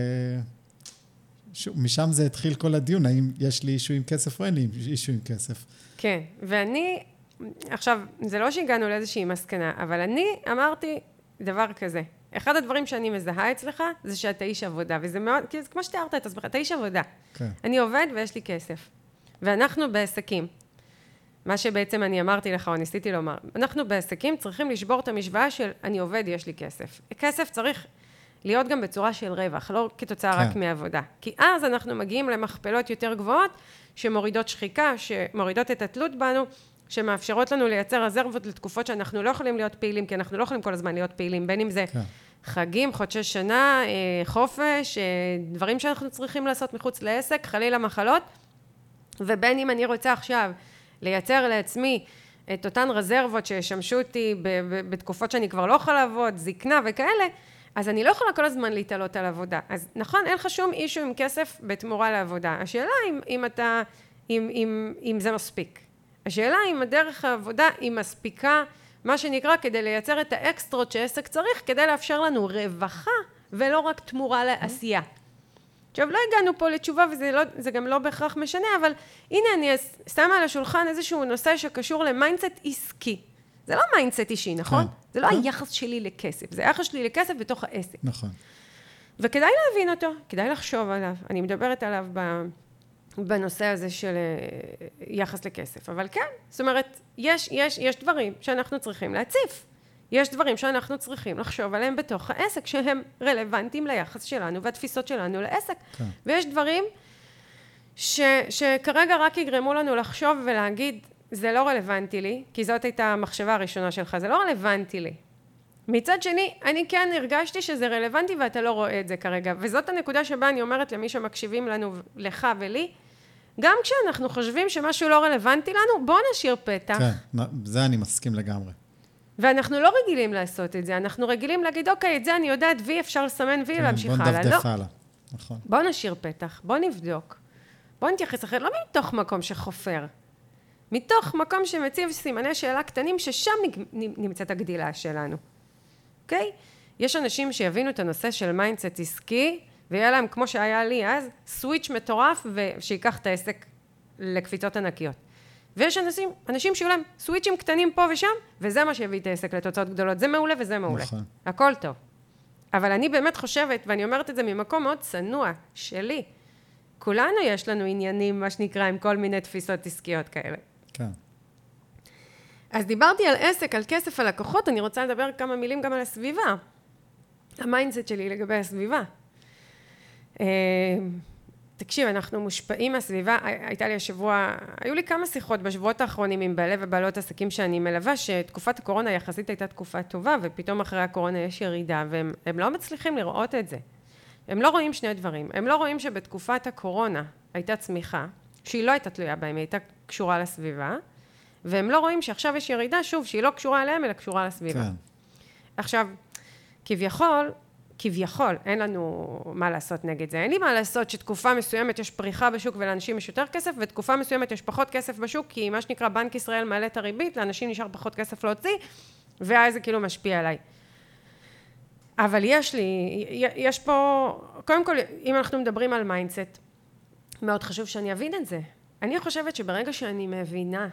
ומשם זה התחיל כל הדיון, האם יש לי אישו עם כסף או אין לי אישו עם כסף. כן, ואני, עכשיו, זה לא שהגענו לאיזושהי מסקנה, אבל אני אמרתי דבר כזה, אחד הדברים שאני מזהה אצלך, זה שאתה איש עבודה, וזה מאוד, כי זה כמו שתיארת את עצמך, אתה איש עבודה. כן. אני עובד ויש לי כסף. ואנחנו בעסקים, מה שבעצם אני אמרתי לך, או ניסיתי לומר, אנחנו בעסקים צריכים לשבור את המשוואה של אני עובד, יש לי כסף. כסף צריך להיות גם בצורה של רווח, לא כתוצאה כן. רק מעבודה. כי אז אנחנו מגיעים למכפלות יותר גבוהות, שמורידות שחיקה, שמורידות את התלות בנו, שמאפשרות לנו לייצר רזרבות לתקופות שאנחנו לא יכולים להיות פעילים, כי אנחנו לא יכולים כל הזמן להיות פעילים, בין אם זה כן. חגים, חודשי שנה, חופש, דברים שאנחנו צריכים לעשות מחוץ לעסק, חלילה מחלות, ובין אם אני רוצה עכשיו לייצר לעצמי את אותן רזרבות שישמשו אותי בתקופות שאני כבר לא יכולה לעבוד, זקנה וכאלה, אז אני לא יכולה כל הזמן להתעלות על עבודה. אז נכון, אין לך שום אישו עם כסף בתמורה לעבודה. השאלה אם, אם אתה, אם, אם, אם זה מספיק. השאלה אם הדרך העבודה היא מספיקה, מה שנקרא, כדי לייצר את האקסטרות שעסק צריך, כדי לאפשר לנו רווחה, ולא רק תמורה לעשייה. עכשיו, לא הגענו פה לתשובה, וזה לא, זה גם לא בהכרח משנה, אבל הנה אני שמה על השולחן איזשהו נושא שקשור למיינדסט עסקי. זה לא מיינדסט אישי, נכון? זה לא היחס שלי לכסף, זה היחס שלי לכסף בתוך העסק. נכון. וכדאי להבין אותו, כדאי לחשוב עליו. אני מדברת עליו ב... בנושא הזה של יחס לכסף. אבל כן, זאת אומרת, יש, יש, יש דברים שאנחנו צריכים להציף. יש דברים שאנחנו צריכים לחשוב עליהם בתוך העסק, שהם רלוונטיים ליחס שלנו והתפיסות שלנו לעסק. כן. ויש דברים ש, שכרגע רק יגרמו לנו לחשוב ולהגיד, זה לא רלוונטי לי, כי זאת הייתה המחשבה הראשונה שלך, זה לא רלוונטי לי. מצד שני, אני כן הרגשתי שזה רלוונטי ואתה לא רואה את זה כרגע. וזאת הנקודה שבה אני אומרת למי שמקשיבים לנו, לך ולי, גם כשאנחנו חושבים שמשהו לא רלוונטי לנו, בוא נשאיר פתח. כן, זה אני מסכים לגמרי. ואנחנו לא רגילים לעשות את זה, אנחנו רגילים להגיד, אוקיי, את זה אני יודעת, וי אפשר לסמן וי, כן, להמשיך הלאה. בוא נדפדף הלאה, נכון. בוא נשאיר פתח, בוא נבדוק. בוא נתייחס אחרת, לא מתוך מקום שחופר, מתוך מקום שמציב סימני שאלה קטנים, ששם נמצאת הגדילה שלנו. אוקיי? יש אנשים שיבינו את הנושא של מיינדסט עסקי, ויהיה להם, כמו שהיה לי אז, סוויץ' מטורף, ושיקח את העסק לקפיצות ענקיות. ויש אנשים, אנשים שיהיו להם סוויצ'ים קטנים פה ושם, וזה מה שיביא את העסק לתוצאות גדולות. זה מעולה וזה מעולה. נכון. הכל טוב. אבל אני באמת חושבת, ואני אומרת את זה ממקום מאוד צנוע, שלי. כולנו יש לנו עניינים, מה שנקרא, עם כל מיני תפיסות עסקיות כאלה. כן. אז דיברתי על עסק, על כסף, על לקוחות, אני רוצה לדבר כמה מילים גם על הסביבה. המיינדסט שלי לגבי הסביבה. תקשיב, אנחנו מושפעים מהסביבה, הייתה לי השבוע, היו לי כמה שיחות בשבועות האחרונים עם בעלי ובעלות עסקים שאני מלווה, שתקופת הקורונה יחסית הייתה תקופה טובה, ופתאום אחרי הקורונה יש ירידה, והם הם לא מצליחים לראות את זה. הם לא רואים שני דברים. הם לא רואים שבתקופת הקורונה הייתה צמיחה, שהיא לא הייתה תלויה בהם, היא הייתה קשורה לסביבה, והם לא רואים שעכשיו יש ירידה, שוב, שהיא לא קשורה אליהם, אלא קשורה לסביבה. כן. עכשיו, כביכול, כביכול, אין לנו מה לעשות נגד זה. אין לי מה לעשות שתקופה מסוימת יש פריחה בשוק ולאנשים יש יותר כסף, ותקופה מסוימת יש פחות כסף בשוק, כי מה שנקרא בנק ישראל מעלה את הריבית, לאנשים נשאר פחות כסף להוציא, ואז זה כאילו משפיע עליי. אבל יש לי, יש פה, קודם כל, אם אנחנו מדברים על מיינדסט, מאוד חשוב שאני אבין את זה. אני חושבת שברגע שאני מבינה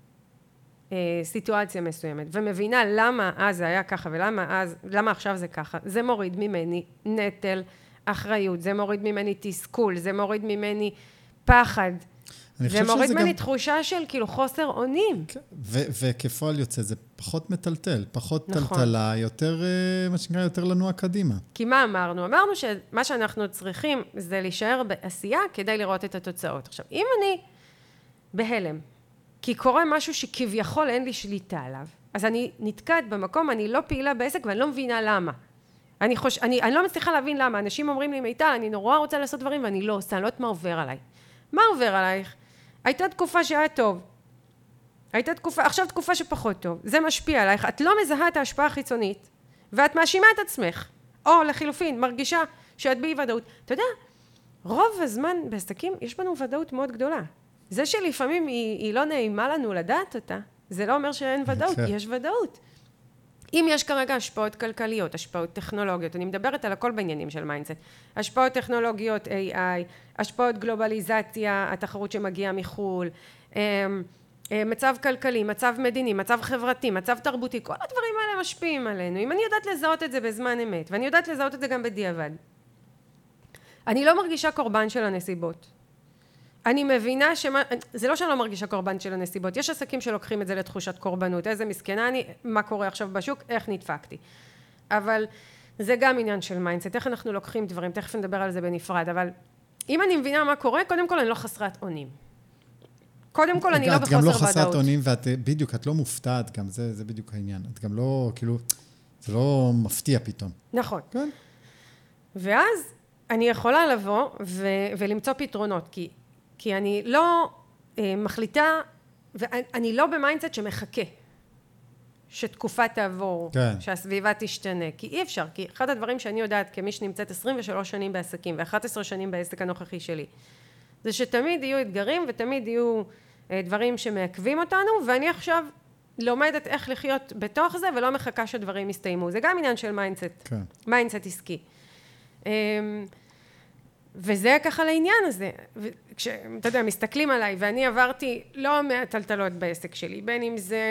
סיטואציה מסוימת, ומבינה למה אז זה היה ככה, ולמה אז, למה עכשיו זה ככה, זה מוריד ממני נטל, אחריות, זה מוריד ממני תסכול, זה מוריד ממני פחד, זה מוריד ממני גם... תחושה של כאילו חוסר אונים. ו- וכפועל יוצא, זה פחות מטלטל, פחות נכון. טלטלה, יותר, מה שנקרא, יותר לנוע קדימה. כי מה אמרנו? אמרנו שמה שאנחנו צריכים זה להישאר בעשייה כדי לראות את התוצאות. עכשיו, אם אני בהלם, כי קורה משהו שכביכול אין לי שליטה עליו, אז אני נתקעת במקום, אני לא פעילה בעסק ואני לא מבינה למה. אני, חוש... אני, אני לא מצליחה להבין למה. אנשים אומרים לי, מיטל, אני נורא רוצה לעשות דברים ואני לא עושה, אני לא יודעת מה עובר עליי. מה עובר עלייך? הייתה תקופה שהיה טוב. הייתה תקופה, עכשיו תקופה שפחות טוב. זה משפיע עלייך. את לא מזהה את ההשפעה החיצונית, ואת מאשימה את עצמך. או לחילופין, מרגישה שאת באי ודאות. אתה יודע, רוב הזמן בעסקים יש לנו ודאות מאוד גדולה. זה שלפעמים היא, היא לא נעימה לנו לדעת אותה, זה לא אומר שאין ודאות, יש ודאות. אם יש כרגע השפעות כלכליות, השפעות טכנולוגיות, אני מדברת על הכל בעניינים של מיינדסט, השפעות טכנולוגיות, איי איי, השפעות גלובליזציה, התחרות שמגיעה מחול, מצב כלכלי, מצב מדיני, מצב חברתי, מצב תרבותי, כל הדברים האלה משפיעים עלינו. אם אני יודעת לזהות את זה בזמן אמת, ואני יודעת לזהות את זה גם בדיעבד, אני לא מרגישה קורבן של הנסיבות. אני מבינה שמה, זה לא שאני לא מרגישה קורבן של הנסיבות, יש עסקים שלוקחים את זה לתחושת קורבנות, איזה מסכנה אני, מה קורה עכשיו בשוק, איך נדפקתי. אבל זה גם עניין של מיינדסט, איך אנחנו לוקחים דברים, תכף נדבר על זה בנפרד, אבל אם אני מבינה מה קורה, קודם כל אני לא חסרת אונים. קודם כל אני לא בחוסר ודאות. את גם לא חסרת אונים, ואת בדיוק, את לא מופתעת, גם זה, זה בדיוק העניין. את גם לא, כאילו, זה לא מפתיע פתאום. נכון. כן. ואז אני יכולה לבוא ו- ולמצוא פתרונות, כי כי אני לא אה, מחליטה, ואני לא במיינדסט שמחכה, שתקופה תעבור, כן. שהסביבה תשתנה, כי אי אפשר, כי אחד הדברים שאני יודעת כמי שנמצאת עשרים ושלוש שנים בעסקים, ו-אחת עשרה שנים בעסק הנוכחי שלי, זה שתמיד יהיו אתגרים, ותמיד יהיו אה, דברים שמעכבים אותנו, ואני עכשיו לומדת איך לחיות בתוך זה, ולא מחכה שדברים יסתיימו. זה גם עניין של מיינדסט, כן. מיינדסט עסקי. אה, וזה ככה לעניין הזה, וכשאתה יודע, מסתכלים עליי, ואני עברתי לא מעט טלטלות בעסק שלי, בין אם זה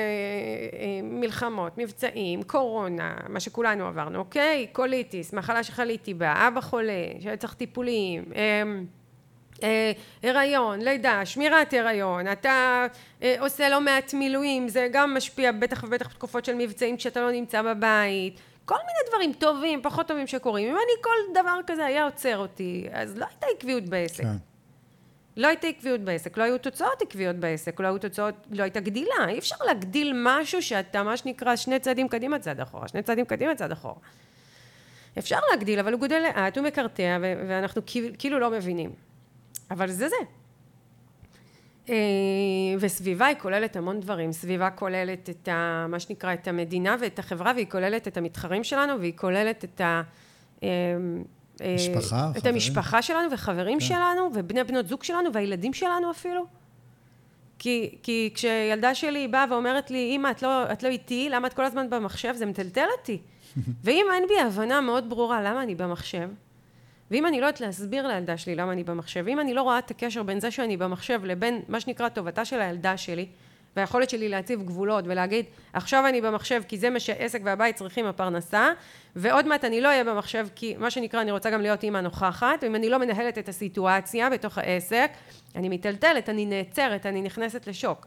מלחמות, מבצעים, קורונה, מה שכולנו עברנו, אוקיי? קוליטיס, מחלה שחליתי בה, אבא חולה, שהיה צריך טיפולים, אה, הריון, לידה, שמירת הריון, אתה אה, עושה לא מעט מילואים, זה גם משפיע בטח ובטח בתקופות של מבצעים כשאתה לא נמצא בבית, כל מיני דברים טובים, פחות טובים שקורים. אם אני כל דבר כזה היה עוצר אותי, אז לא הייתה עקביות בעסק. כן. לא הייתה עקביות בעסק, לא היו תוצאות עקביות בעסק, לא היו תוצאות, לא הייתה גדילה. אי אפשר להגדיל משהו שאתה, מה שנקרא, שני צעדים קדימה צעד אחורה, שני צעדים קדימה צעד אחורה. אפשר להגדיל, אבל הוא גודל לאט, הוא מקרטע, ואנחנו כאילו לא מבינים. אבל זה זה. וסביבה היא כוללת המון דברים. סביבה כוללת את ה, מה שנקרא, את המדינה ואת החברה, והיא כוללת את המתחרים שלנו, והיא כוללת את ה... משפחה, את המשפחה שלנו וחברים שלנו, ובני בנות זוג שלנו, והילדים שלנו אפילו. כי, כי כשילדה שלי באה ואומרת לי, אמא, את לא, את לא איתי, למה את כל הזמן במחשב? זה מטלטל אותי. ואם אין בי הבנה מאוד ברורה למה אני במחשב, ואם אני לא יודעת להסביר לילדה שלי למה אני במחשב, ואם אני לא רואה את הקשר בין זה שאני במחשב לבין מה שנקרא טובתה של הילדה שלי, והיכולת שלי להציב גבולות ולהגיד, עכשיו אני במחשב כי זה מה שעסק והבית צריכים הפרנסה, ועוד מעט אני לא אהיה במחשב כי מה שנקרא אני רוצה גם להיות אימא נוכחת, ואם אני לא מנהלת את הסיטואציה בתוך העסק, אני מטלטלת, אני נעצרת, אני נכנסת לשוק.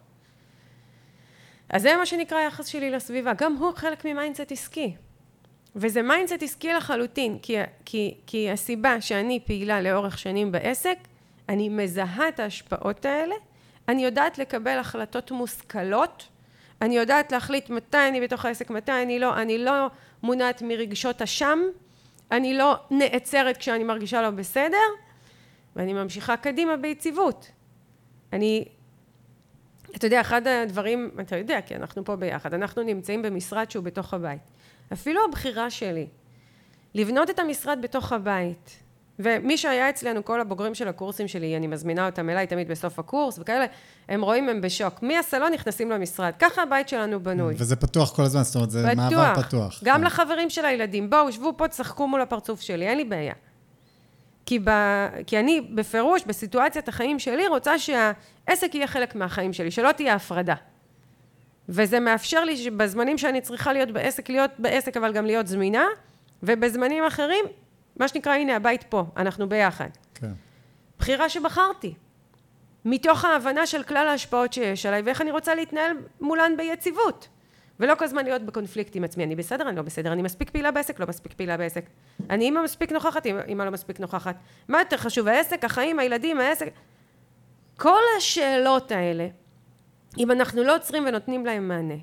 אז זה מה שנקרא היחס שלי לסביבה, גם הוא חלק ממיינדסט עסקי. וזה מיינדסט עסקי לחלוטין, כי, כי, כי הסיבה שאני פעילה לאורך שנים בעסק, אני מזהה את ההשפעות האלה, אני יודעת לקבל החלטות מושכלות, אני יודעת להחליט מתי אני בתוך העסק, מתי אני לא, אני לא מונעת מרגשות אשם, אני לא נעצרת כשאני מרגישה לא בסדר, ואני ממשיכה קדימה ביציבות. אני, אתה יודע, אחד הדברים, אתה יודע, כי אנחנו פה ביחד, אנחנו נמצאים במשרד שהוא בתוך הבית. אפילו הבחירה שלי, לבנות את המשרד בתוך הבית, ומי שהיה אצלנו, כל הבוגרים של הקורסים שלי, אני מזמינה אותם אליי תמיד בסוף הקורס, וכאלה, הם רואים, הם בשוק. מהסלון נכנסים למשרד. ככה הבית שלנו בנוי. וזה פתוח כל הזמן, זאת אומרת, זה מעבר פתוח. גם לחברים של הילדים. בואו, שבו פה, תשחקו מול הפרצוף שלי, אין לי בעיה. כי, ב... כי אני בפירוש, בסיטואציית החיים שלי, רוצה שהעסק יהיה חלק מהחיים שלי, שלא תהיה הפרדה. וזה מאפשר לי שבזמנים שאני צריכה להיות בעסק, להיות בעסק, אבל גם להיות זמינה, ובזמנים אחרים, מה שנקרא, הנה, הבית פה, אנחנו ביחד. כן. בחירה שבחרתי, מתוך ההבנה של כלל ההשפעות שיש עליי, ואיך אני רוצה להתנהל מולן ביציבות, ולא כל הזמן להיות בקונפליקט עם עצמי. אני בסדר, אני לא בסדר, אני מספיק פעילה בעסק, לא מספיק פעילה בעסק. אני אמא מספיק נוכחת, אמא לא מספיק נוכחת. מה יותר חשוב, העסק, החיים, הילדים, העסק? כל השאלות האלה, אם אנחנו לא עוצרים ונותנים להם מענה,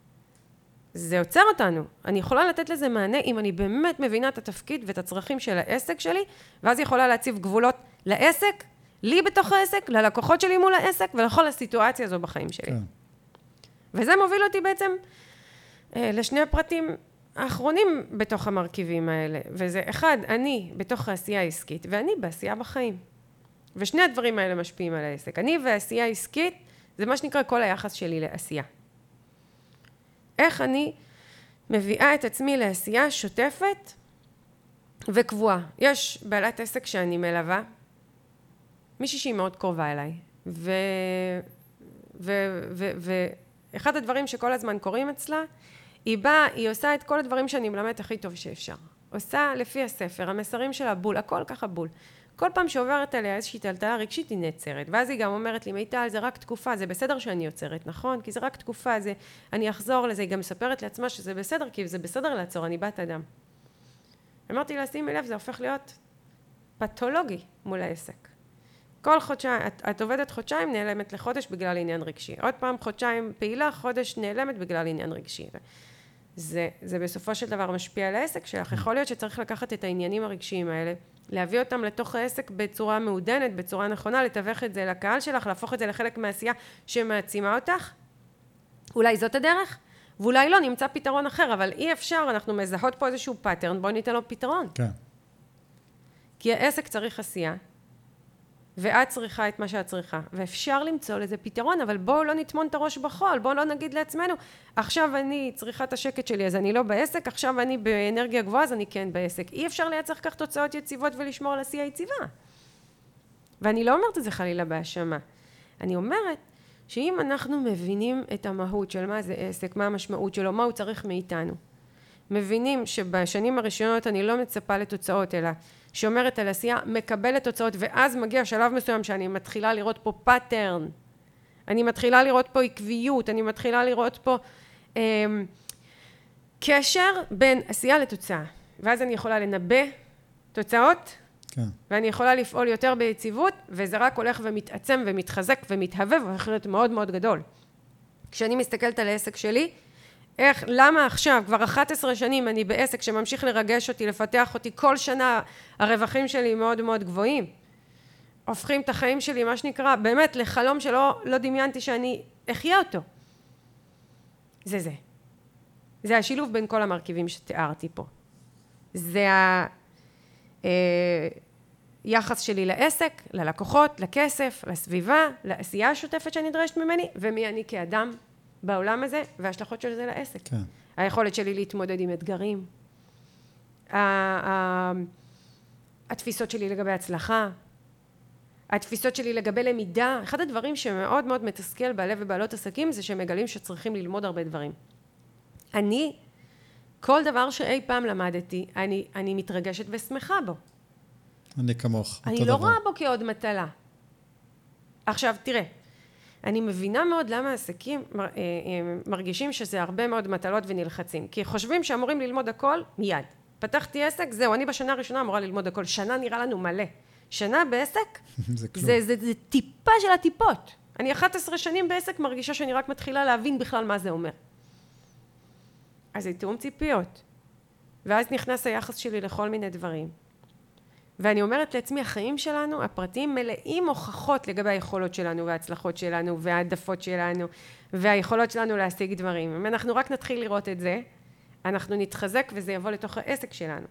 זה עוצר אותנו. אני יכולה לתת לזה מענה אם אני באמת מבינה את התפקיד ואת הצרכים של העסק שלי, ואז יכולה להציב גבולות לעסק, לי בתוך העסק, ללקוחות שלי מול העסק, ולכל הסיטואציה הזו בחיים שלי. כן. וזה מוביל אותי בעצם אה, לשני הפרטים האחרונים בתוך המרכיבים האלה. וזה אחד, אני בתוך העשייה העסקית, ואני בעשייה בחיים. ושני הדברים האלה משפיעים על העסק. אני והעשייה העסקית, זה מה שנקרא כל היחס שלי לעשייה. איך אני מביאה את עצמי לעשייה שוטפת וקבועה. יש בעלת עסק שאני מלווה, מישהי שהיא מאוד קרובה אליי, ו... ו... ו... ו... אחד הדברים שכל הזמן קורים אצלה, היא באה, היא עושה את כל הדברים שאני מלמדת הכי טוב שאפשר. עושה לפי הספר, המסרים שלה בול, הכל ככה בול. כל פעם שעוברת עליה איזושהי טלטלה רגשית היא נעצרת, ואז היא גם אומרת לי, מיטל, זה רק תקופה, זה בסדר שאני יוצרת, נכון? כי זה רק תקופה, זה, אני אחזור לזה, היא גם מספרת לעצמה שזה בסדר, כי זה בסדר לעצור, אני בת אדם. אמרתי לה, שימי לב, זה הופך להיות פתולוגי מול העסק. כל חודשיים, את, את עובדת חודשיים, נעלמת לחודש בגלל עניין רגשי. עוד פעם, חודשיים פעילה, חודש נעלמת בגלל עניין רגשי. זה, זה בסופו של דבר משפיע על העסק שלך. יכול להיות שצריך לקחת את העניינים הרגשיים האלה, להביא אותם לתוך העסק בצורה מעודנת, בצורה נכונה, לתווך את זה לקהל שלך, להפוך את זה לחלק מהעשייה שמעצימה אותך. אולי זאת הדרך, ואולי לא, נמצא פתרון אחר, אבל אי אפשר, אנחנו מזהות פה איזשהו פאטרן, בואי ניתן לו פתרון. כן. כי העסק צריך עשייה, ואת צריכה את מה שאת צריכה, ואפשר למצוא לזה פתרון, אבל בואו לא נטמון את הראש בחול, בואו לא נגיד לעצמנו, עכשיו אני צריכה את השקט שלי, אז אני לא בעסק, עכשיו אני באנרגיה גבוהה, אז אני כן בעסק. אי אפשר לייצר כך תוצאות יציבות ולשמור על עשייה יציבה. ואני לא אומרת את זה חלילה בהאשמה. אני אומרת שאם אנחנו מבינים את המהות של מה זה עסק, מה המשמעות שלו, מה הוא צריך מאיתנו, מבינים שבשנים הראשונות אני לא מצפה לתוצאות, אלא שומרת על עשייה, מקבלת תוצאות, ואז מגיע שלב מסוים שאני מתחילה לראות פה פאטרן, אני מתחילה לראות פה עקביות, אני מתחילה לראות פה אה, קשר בין עשייה לתוצאה, ואז אני יכולה לנבא תוצאות, כן. ואני יכולה לפעול יותר ביציבות, וזה רק הולך ומתעצם ומתחזק ומתהווה, והולך להיות מאוד מאוד גדול. כשאני מסתכלת על העסק שלי, איך, למה עכשיו, כבר אחת עשרה שנים אני בעסק שממשיך לרגש אותי, לפתח אותי, כל שנה הרווחים שלי מאוד מאוד גבוהים. הופכים את החיים שלי, מה שנקרא, באמת לחלום שלא לא דמיינתי שאני אחיה אותו. זה זה. זה השילוב בין כל המרכיבים שתיארתי פה. זה היחס שלי לעסק, ללקוחות, לכסף, לסביבה, לעשייה השוטפת שנדרשת ממני, ומי אני כאדם בעולם הזה, וההשלכות של זה לעסק. כן. היכולת שלי להתמודד עם אתגרים, התפיסות שלי לגבי הצלחה, התפיסות שלי לגבי למידה. אחד הדברים שמאוד מאוד מתסכל בעלי ובעלות עסקים, זה שמגלים שצריכים ללמוד הרבה דברים. אני, כל דבר שאי פעם למדתי, אני, אני מתרגשת ושמחה בו. אני כמוך, אותו דבר. אני לא רואה בו כעוד מטלה. עכשיו, תראה, אני מבינה מאוד למה עסקים מרגישים שזה הרבה מאוד מטלות ונלחצים. כי חושבים שאמורים ללמוד הכל מיד. פתחתי עסק, זהו, אני בשנה הראשונה אמורה ללמוד הכל. שנה נראה לנו מלא. שנה בעסק, זה, זה, זה, זה טיפה של הטיפות. אני אחת עשרה שנים בעסק מרגישה שאני רק מתחילה להבין בכלל מה זה אומר. אז זה תאום ציפיות. ואז נכנס היחס שלי לכל מיני דברים. ואני אומרת לעצמי, החיים שלנו, הפרטיים מלאים הוכחות לגבי היכולות שלנו וההצלחות שלנו והעדפות שלנו והיכולות שלנו להשיג דברים. אם אנחנו רק נתחיל לראות את זה, אנחנו נתחזק וזה יבוא לתוך העסק שלנו.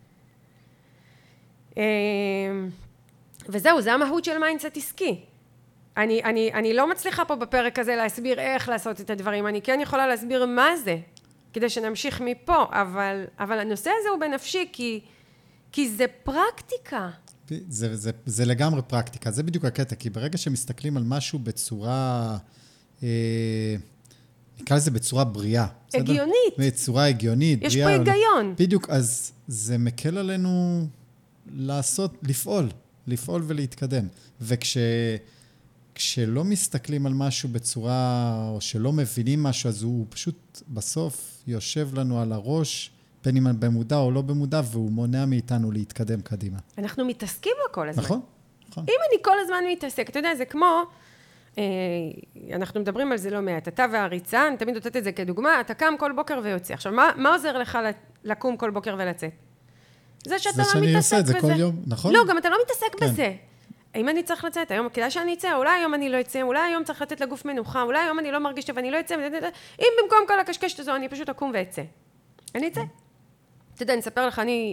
וזהו, זה המהות של מיינדסט עסקי. אני, אני, אני לא מצליחה פה בפרק הזה להסביר איך לעשות את הדברים, אני כן יכולה להסביר מה זה, כדי שנמשיך מפה, אבל, אבל הנושא הזה הוא בנפשי, כי, כי זה פרקטיקה. זה, זה, זה לגמרי פרקטיקה, זה בדיוק הקטע, כי ברגע שמסתכלים על משהו בצורה, אה, נקרא לזה בצורה בריאה. הגיונית. בסדר? בצורה הגיונית, יש בריאה. פה היגיון. בדיוק, אז זה מקל עלינו לעשות, לפעול, לפעול ולהתקדם. וכש... כשלא מסתכלים על משהו בצורה, או שלא מבינים משהו, אז הוא פשוט בסוף יושב לנו על הראש, בין אם במודע או לא במודע, והוא מונע מאיתנו להתקדם קדימה. אנחנו מתעסקים בו כל הזמן. נכון, נכון. אם אני כל הזמן מתעסק, אתה יודע, זה כמו, אה, אנחנו מדברים על זה לא מעט, אתה והריצה, אני תמיד נותנת את זה כדוגמה, אתה קם כל בוקר ויוצא. עכשיו, מה, מה עוזר לך לקום כל בוקר ולצאת? זה שאתה לא מתעסק בזה. זה שאני עושה את זה כל יום, נכון? לא, גם אתה לא מתעסק כן. בזה. אם אני צריך לצאת, היום כדאי שאני אצא, אולי היום אני לא אצא, אולי היום צריך לתת לגוף מנוחה, אולי היום אני לא מרגיש טוב, אני לא אצא, אם במקום כל הקשקשת הזו, אני פשוט אקום ואצא. אני אצא. אתה יודע, אני אספר לך, אני,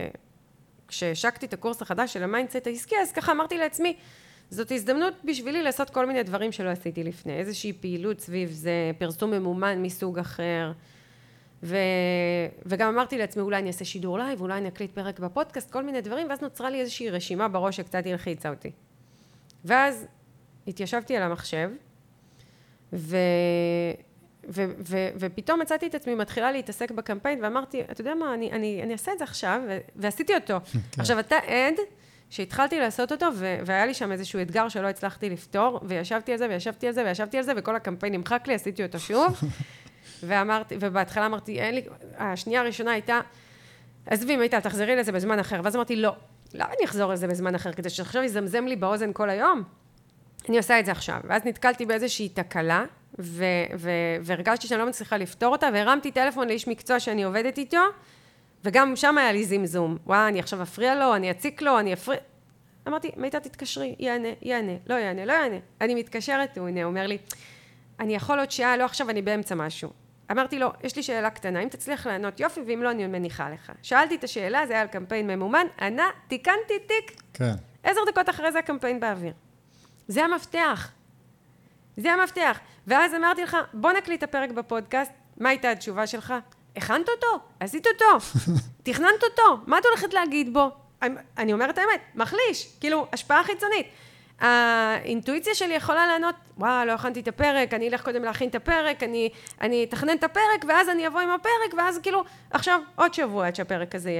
כשהשקתי את הקורס החדש של המיינדסט העסקי, אז ככה אמרתי לעצמי, זאת הזדמנות בשבילי לעשות כל מיני דברים שלא עשיתי לפני, איזושהי פעילות סביב זה, פרסום ממומן מסוג אחר, ו... וגם אמרתי לעצמי, אולי אני אעשה שידור לייב, אולי אני אקליט פרק בפודקאסט, כל מיני דברים, ואז נוצרה לי איזושהי רשימה בראש שקצת הלחיצה אותי. ואז התיישבתי על המחשב, ו... ו... ו... ופתאום מצאתי את עצמי מתחילה להתעסק בקמפיין, ואמרתי, אתה יודע מה, אני, אני, אני אעשה את זה עכשיו, ו... ועשיתי אותו. עכשיו, אתה עד שהתחלתי לעשות אותו, ו... והיה לי שם איזשהו אתגר שלא הצלחתי לפתור, וישבתי על זה, וישבתי על זה, וישבתי על זה, וכל הקמפיין נמחק לי, עשיתי אותו שוב. ואמרתי, ובהתחלה אמרתי, אין לי, השנייה הראשונה הייתה, עזבי, מיטל, תחזרי לזה בזמן אחר. ואז אמרתי, לא, למה אני אחזור לזה בזמן אחר? כדי שעכשיו יזמזם לי באוזן כל היום? אני עושה את זה עכשיו. ואז נתקלתי באיזושהי תקלה, ו- ו- והרגשתי שאני לא מצליחה לפתור אותה, והרמתי טלפון לאיש מקצוע שאני עובדת איתו, וגם שם היה לי זמזום. וואי, אני עכשיו אפריע לו, אני אציק לו, אני אפריע... אמרתי, מיטל, תתקשרי, יענה, יענה, לא יענה, לא יענה. אני מתקשרת, הוא הנה, אומר לי, אני יכול עוד שעה, לא עכשיו, אני באמצע משהו. אמרתי לו, יש לי שאלה קטנה, אם תצליח לענות יופי, ואם לא, אני מניחה לך. שאלתי את השאלה, זה היה על קמפיין ממומן, ענה, תיקנתי תיק. כן. עשר דקות אחרי זה הקמפיין באוויר. זה המפתח. זה המפתח. ואז אמרתי לך, בוא נקליט את הפרק בפודקאסט, מה הייתה התשובה שלך? הכנת אותו? עשית אותו? תכננת אותו? מה את הולכת להגיד בו? אני אומרת האמת, מחליש, כאילו, השפעה חיצונית. האינטואיציה שלי יכולה לענות, וואו, לא הכנתי את הפרק, אני אלך קודם להכין את הפרק, אני, אני אתכנן את הפרק, ואז אני אבוא עם הפרק, ואז כאילו, עכשיו עוד שבוע עד שהפרק הזה יעלה.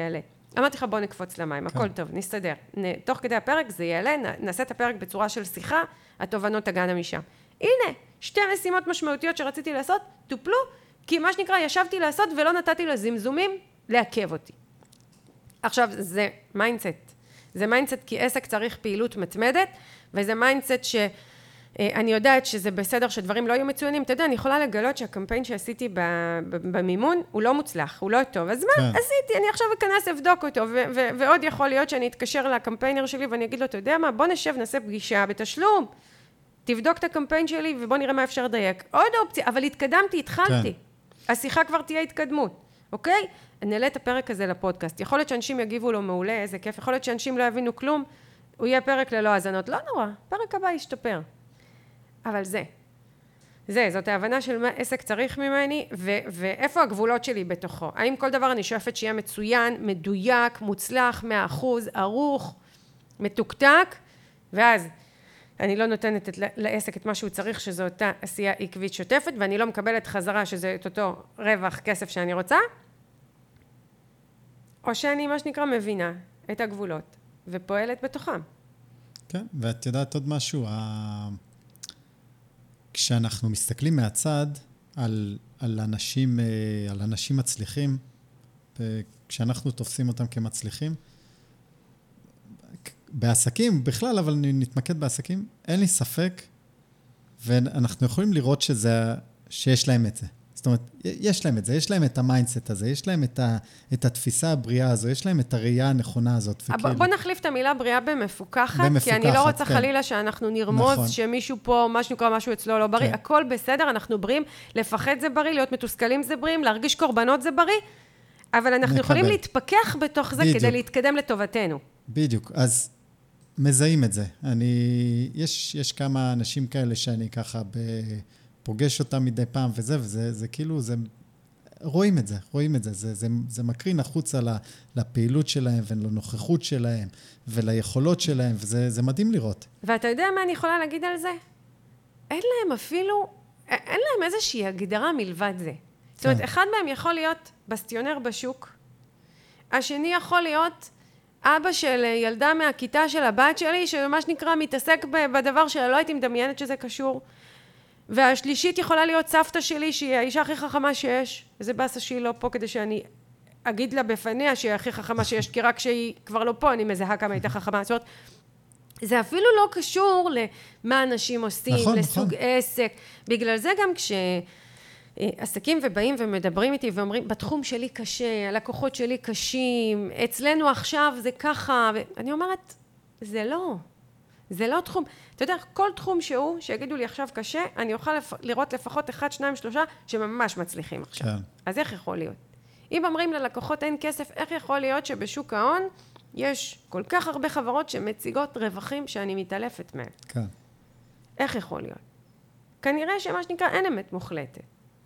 אמרתי לך, בוא נקפוץ למים, הכל טוב, נסתדר. תוך כדי הפרק זה יעלה, נעשה את הפרק בצורה של שיחה, התובנות תגענה משם. הנה, שתי משימות משמעותיות שרציתי לעשות, טופלו, כי מה שנקרא, ישבתי לעשות ולא נתתי לזמזומים לעכב אותי. עכשיו, זה מיינדסט. זה מיינדסט כי עסק צריך פעילות מתמדת, וזה מיינדסט שאני יודעת שזה בסדר שדברים לא יהיו מצוינים. אתה יודע, אני יכולה לגלות שהקמפיין שעשיתי במימון הוא לא מוצלח, הוא לא טוב. אז מה עשיתי? אני עכשיו אכנס לבדוק אותו, ועוד יכול להיות שאני אתקשר לקמפיינר שלי ואני אגיד לו, אתה יודע מה, בוא נשב, נעשה פגישה בתשלום, תבדוק את הקמפיין שלי ובוא נראה מה אפשר לדייק. עוד אופציה, אבל התקדמתי, התחלתי. השיחה כבר תהיה התקדמות, אוקיי? נעלה את הפרק הזה לפודקאסט. יכול להיות שאנשים יגיבו לו מעולה, איזה כיף. יכול להיות שאנשים לא יבינו כלום, הוא יהיה פרק ללא האזנות. לא נורא, פרק הבא ישתפר. אבל זה, זה, זאת ההבנה של מה עסק צריך ממני, ו- ואיפה הגבולות שלי בתוכו. האם כל דבר אני שואפת שיהיה מצוין, מדויק, מוצלח, מאה אחוז, ערוך, מתוקתק, ואז אני לא נותנת את, לעסק את מה שהוא צריך, שזו אותה עשייה עקבית שוטפת, ואני לא מקבלת חזרה שזה את אותו רווח כסף שאני רוצה, או שאני, מה שנקרא, מבינה את הגבולות, ופועלת בתוכם. כן, ואת יודעת עוד משהו, ה... כשאנחנו מסתכלים מהצד על, על, אנשים, על אנשים מצליחים, כשאנחנו תופסים אותם כמצליחים, בעסקים בכלל, אבל נתמקד בעסקים, אין לי ספק, ואנחנו יכולים לראות שזה, שיש להם את זה. זאת אומרת, יש להם את זה, יש להם את המיינדסט הזה, יש להם את, ה, את התפיסה הבריאה הזו, יש להם את הראייה הנכונה הזאת. וכאילו... בוא נחליף את המילה בריאה במפוקחת, במפוקחת כי אני לא רוצה כן. חלילה שאנחנו נרמוז, נכון. שמישהו פה, מה שנקרא, משהו אצלו לא בריא, כן. הכל בסדר, אנחנו בריאים, לפחד זה בריא, להיות מתוסכלים זה בריאים, להרגיש קורבנות זה בריא, אבל אנחנו מקבל. יכולים להתפכח בתוך זה, בדיוק. כדי להתקדם לטובתנו. בדיוק, אז מזהים את זה. אני, יש, יש כמה אנשים כאלה שאני ככה ב... פוגש אותם מדי פעם וזה, וזה זה כאילו, זה, רואים את זה, רואים את זה, זה, זה, זה מקרין החוצה לפעילות שלהם ולנוכחות שלהם וליכולות שלהם, וזה זה מדהים לראות. ואתה יודע מה אני יכולה להגיד על זה? אין להם אפילו, אין להם איזושהי הגדרה מלבד זה. זאת אומרת, אחד מהם יכול להיות בסטיונר בשוק, השני יכול להיות אבא של ילדה מהכיתה של הבת שלי, שממש נקרא מתעסק בדבר שלה, לא הייתי מדמיינת שזה קשור, והשלישית יכולה להיות סבתא שלי, שהיא האישה הכי חכמה שיש, וזה בסה שהיא לא פה כדי שאני אגיד לה בפניה שהיא הכי חכמה שיש, כי רק שהיא כבר לא פה, אני מזהה כמה הייתה חכמה. זאת אומרת, זה אפילו לא קשור למה אנשים עושים, נכון, לסוג נכון. עסק. בגלל זה גם כשעסקים ובאים ומדברים איתי ואומרים, בתחום שלי קשה, הלקוחות שלי קשים, אצלנו עכשיו זה ככה, ואני אומרת, זה לא. זה לא תחום, אתה יודע, כל תחום שהוא, שיגידו לי עכשיו קשה, אני אוכל לפ... לראות לפחות אחד, שניים, שלושה, שממש מצליחים עכשיו. כן. אז איך יכול להיות? אם אומרים ללקוחות אין כסף, איך יכול להיות שבשוק ההון יש כל כך הרבה חברות שמציגות רווחים שאני מתעלפת מהם? כן. איך יכול להיות? כנראה שמה שנקרא אין אמת מוחלטת.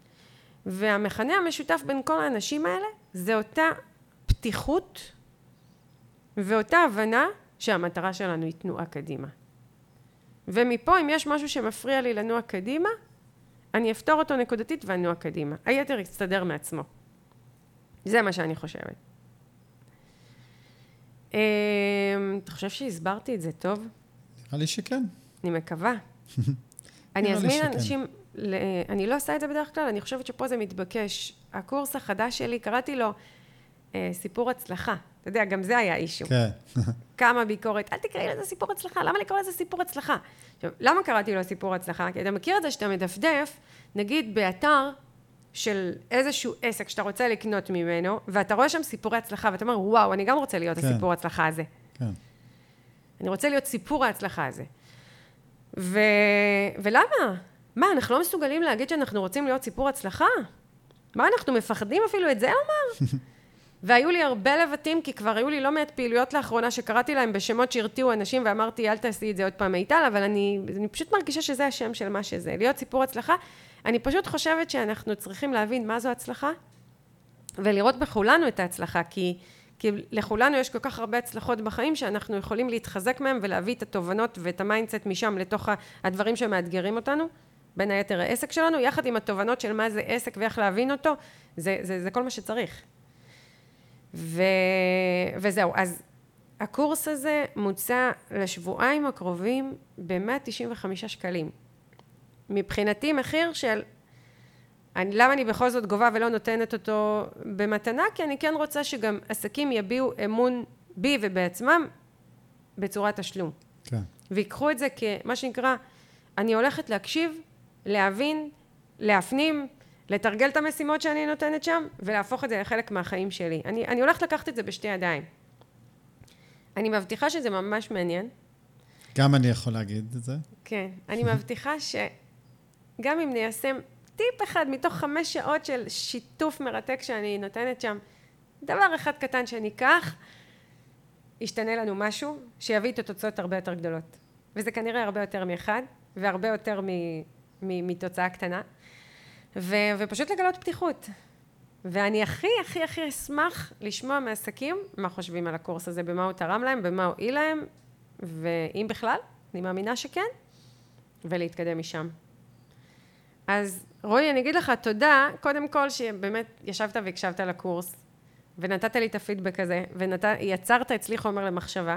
והמכנה המשותף בין כל האנשים האלה, זה אותה פתיחות ואותה הבנה שהמטרה שלנו היא תנועה קדימה. ומפה, אם יש משהו שמפריע לי לנוע קדימה, אני אפתור אותו נקודתית ואנוע קדימה. היתר יסתדר מעצמו. זה מה שאני חושבת. אתה חושב שהסברתי את זה טוב? נראה לי שכן. אני מקווה. אני אזמין אנשים, אני לא עושה את זה בדרך כלל, אני חושבת שפה זה מתבקש. הקורס החדש שלי, קראתי לו סיפור הצלחה. אתה יודע, גם זה היה אישו. כן. כמה ביקורת, אל תקראי לזה סיפור הצלחה, למה לקרוא לזה סיפור הצלחה? עכשיו, למה קראתי לו סיפור הצלחה? כי אתה מכיר את זה שאתה מדפדף, נגיד באתר של איזשהו עסק שאתה רוצה לקנות ממנו, ואתה רואה שם סיפורי הצלחה, ואתה אומר, וואו, אני גם רוצה להיות כן. הסיפור הצלחה הזה. כן. אני רוצה להיות סיפור ההצלחה הזה. ו... ולמה? מה, אנחנו לא מסוגלים להגיד שאנחנו רוצים להיות סיפור הצלחה? מה, אנחנו מפחדים אפילו את זה לומר? והיו לי הרבה לבטים, כי כבר היו לי לא מעט פעילויות לאחרונה שקראתי להם בשמות שהרתיעו אנשים, ואמרתי, אל תעשי את זה עוד פעם מיטל, אבל אני, אני פשוט מרגישה שזה השם של מה שזה. להיות סיפור הצלחה, אני פשוט חושבת שאנחנו צריכים להבין מה זו הצלחה, ולראות בכולנו את ההצלחה, כי, כי לכולנו יש כל כך הרבה הצלחות בחיים, שאנחנו יכולים להתחזק מהם, ולהביא את התובנות ואת המיינדסט משם לתוך הדברים שמאתגרים אותנו, בין היתר העסק שלנו, יחד עם התובנות של מה זה עסק ואיך להבין אותו, זה, זה, זה כל מה שצריך. ו... וזהו, אז הקורס הזה מוצע לשבועיים הקרובים ב-מאה תשעים וחמישה שקלים. מבחינתי מחיר של, אני, למה אני בכל זאת גובה ולא נותנת אותו במתנה? כי אני כן רוצה שגם עסקים יביעו אמון בי ובעצמם בצורת תשלום. כן. ויקחו את זה כמה שנקרא, אני הולכת להקשיב, להבין, להפנים, לתרגל את המשימות שאני נותנת שם, ולהפוך את זה לחלק מהחיים שלי. אני, אני הולכת לקחת את זה בשתי ידיים. אני מבטיחה שזה ממש מעניין. גם אני יכול להגיד את זה. כן, אני מבטיחה שגם אם ניישם טיפ אחד מתוך חמש שעות של שיתוף מרתק שאני נותנת שם, דבר אחד קטן שאני אקח, ישתנה לנו משהו שיביא את התוצאות הרבה יותר גדולות. וזה כנראה הרבה יותר מאחד, והרבה יותר מ, מ, מתוצאה קטנה. ו, ופשוט לגלות פתיחות. ואני הכי, הכי, הכי אשמח לשמוע מעסקים מה חושבים על הקורס הזה, במה הוא תרם להם, במה הוא הועיל להם, ואם בכלל, אני מאמינה שכן, ולהתקדם משם. אז רועי, אני אגיד לך תודה, קודם כל שבאמת ישבת והקשבת לקורס, ונתת לי את הפידבק הזה, ויצרת אצלי חומר למחשבה.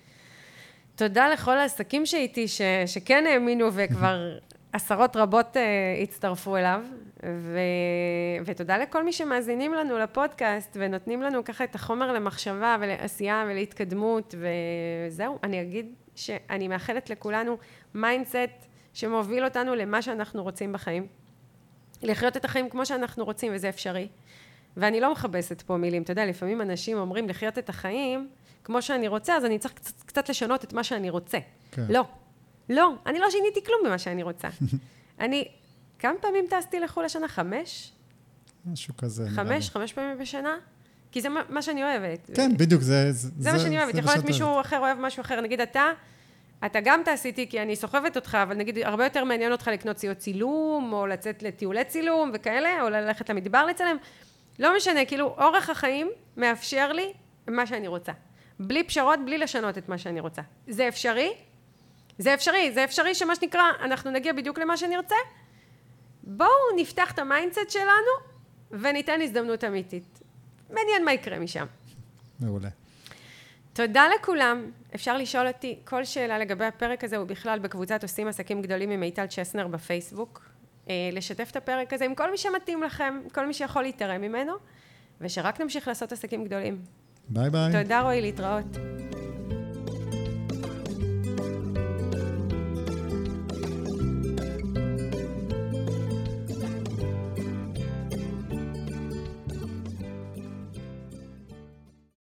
תודה לכל העסקים שהייתי, ש, שכן האמינו וכבר עשרות רבות uh, הצטרפו אליו, ו, ותודה לכל מי שמאזינים לנו לפודקאסט, ונותנים לנו ככה את החומר למחשבה ולעשייה ולהתקדמות, וזהו, אני אגיד שאני מאחלת לכולנו מיינדסט שמוביל אותנו למה שאנחנו רוצים בחיים, לחיות את החיים כמו שאנחנו רוצים, וזה אפשרי. ואני לא מחפשת פה מילים, אתה יודע, לפעמים אנשים אומרים לחיות את החיים כמו שאני רוצה, אז אני צריך קצת, קצת לשנות את מה שאני רוצה. כן. לא, לא, אני לא שיניתי כלום במה שאני רוצה. אני, כמה פעמים טסתי לחו"ל לשנה? חמש? משהו כזה. חמש, חמש פעמים בשנה? כי זה מה שאני אוהבת. כן, בדיוק, זה... זה, זה מה שאני אוהבת. יכול להיות מישהו אחר אוהב משהו אחר. נגיד, אתה, אתה גם תעשיתי, כי אני סוחבת אותך, אבל נגיד, הרבה יותר מעניין אותך לקנות ציוד צילום, או לצאת לטיולי צילום וכאלה, או ללכת למדבר לצלם. לא משנה, כאילו, אורח החיים מאפשר לי מה שאני רוצה. בלי פשרות, בלי לשנות את מה שאני רוצה. זה אפשרי? זה אפשרי. זה אפשרי שמה שנקרא, אנחנו נגיע בדיוק למה שנרצה. בואו נפתח את המיינדסט שלנו, וניתן הזדמנות אמיתית. מעניין מה יקרה משם. מעולה. תודה לכולם. אפשר לשאול אותי כל שאלה לגבי הפרק הזה, ובכלל בקבוצת עושים עסקים גדולים עם מיטל צ'סנר בפייסבוק. לשתף את הפרק הזה עם כל מי שמתאים לכם, כל מי שיכול להתערם ממנו, ושרק נמשיך לעשות עסקים גדולים. ביי ביי. תודה רועי, להתראות.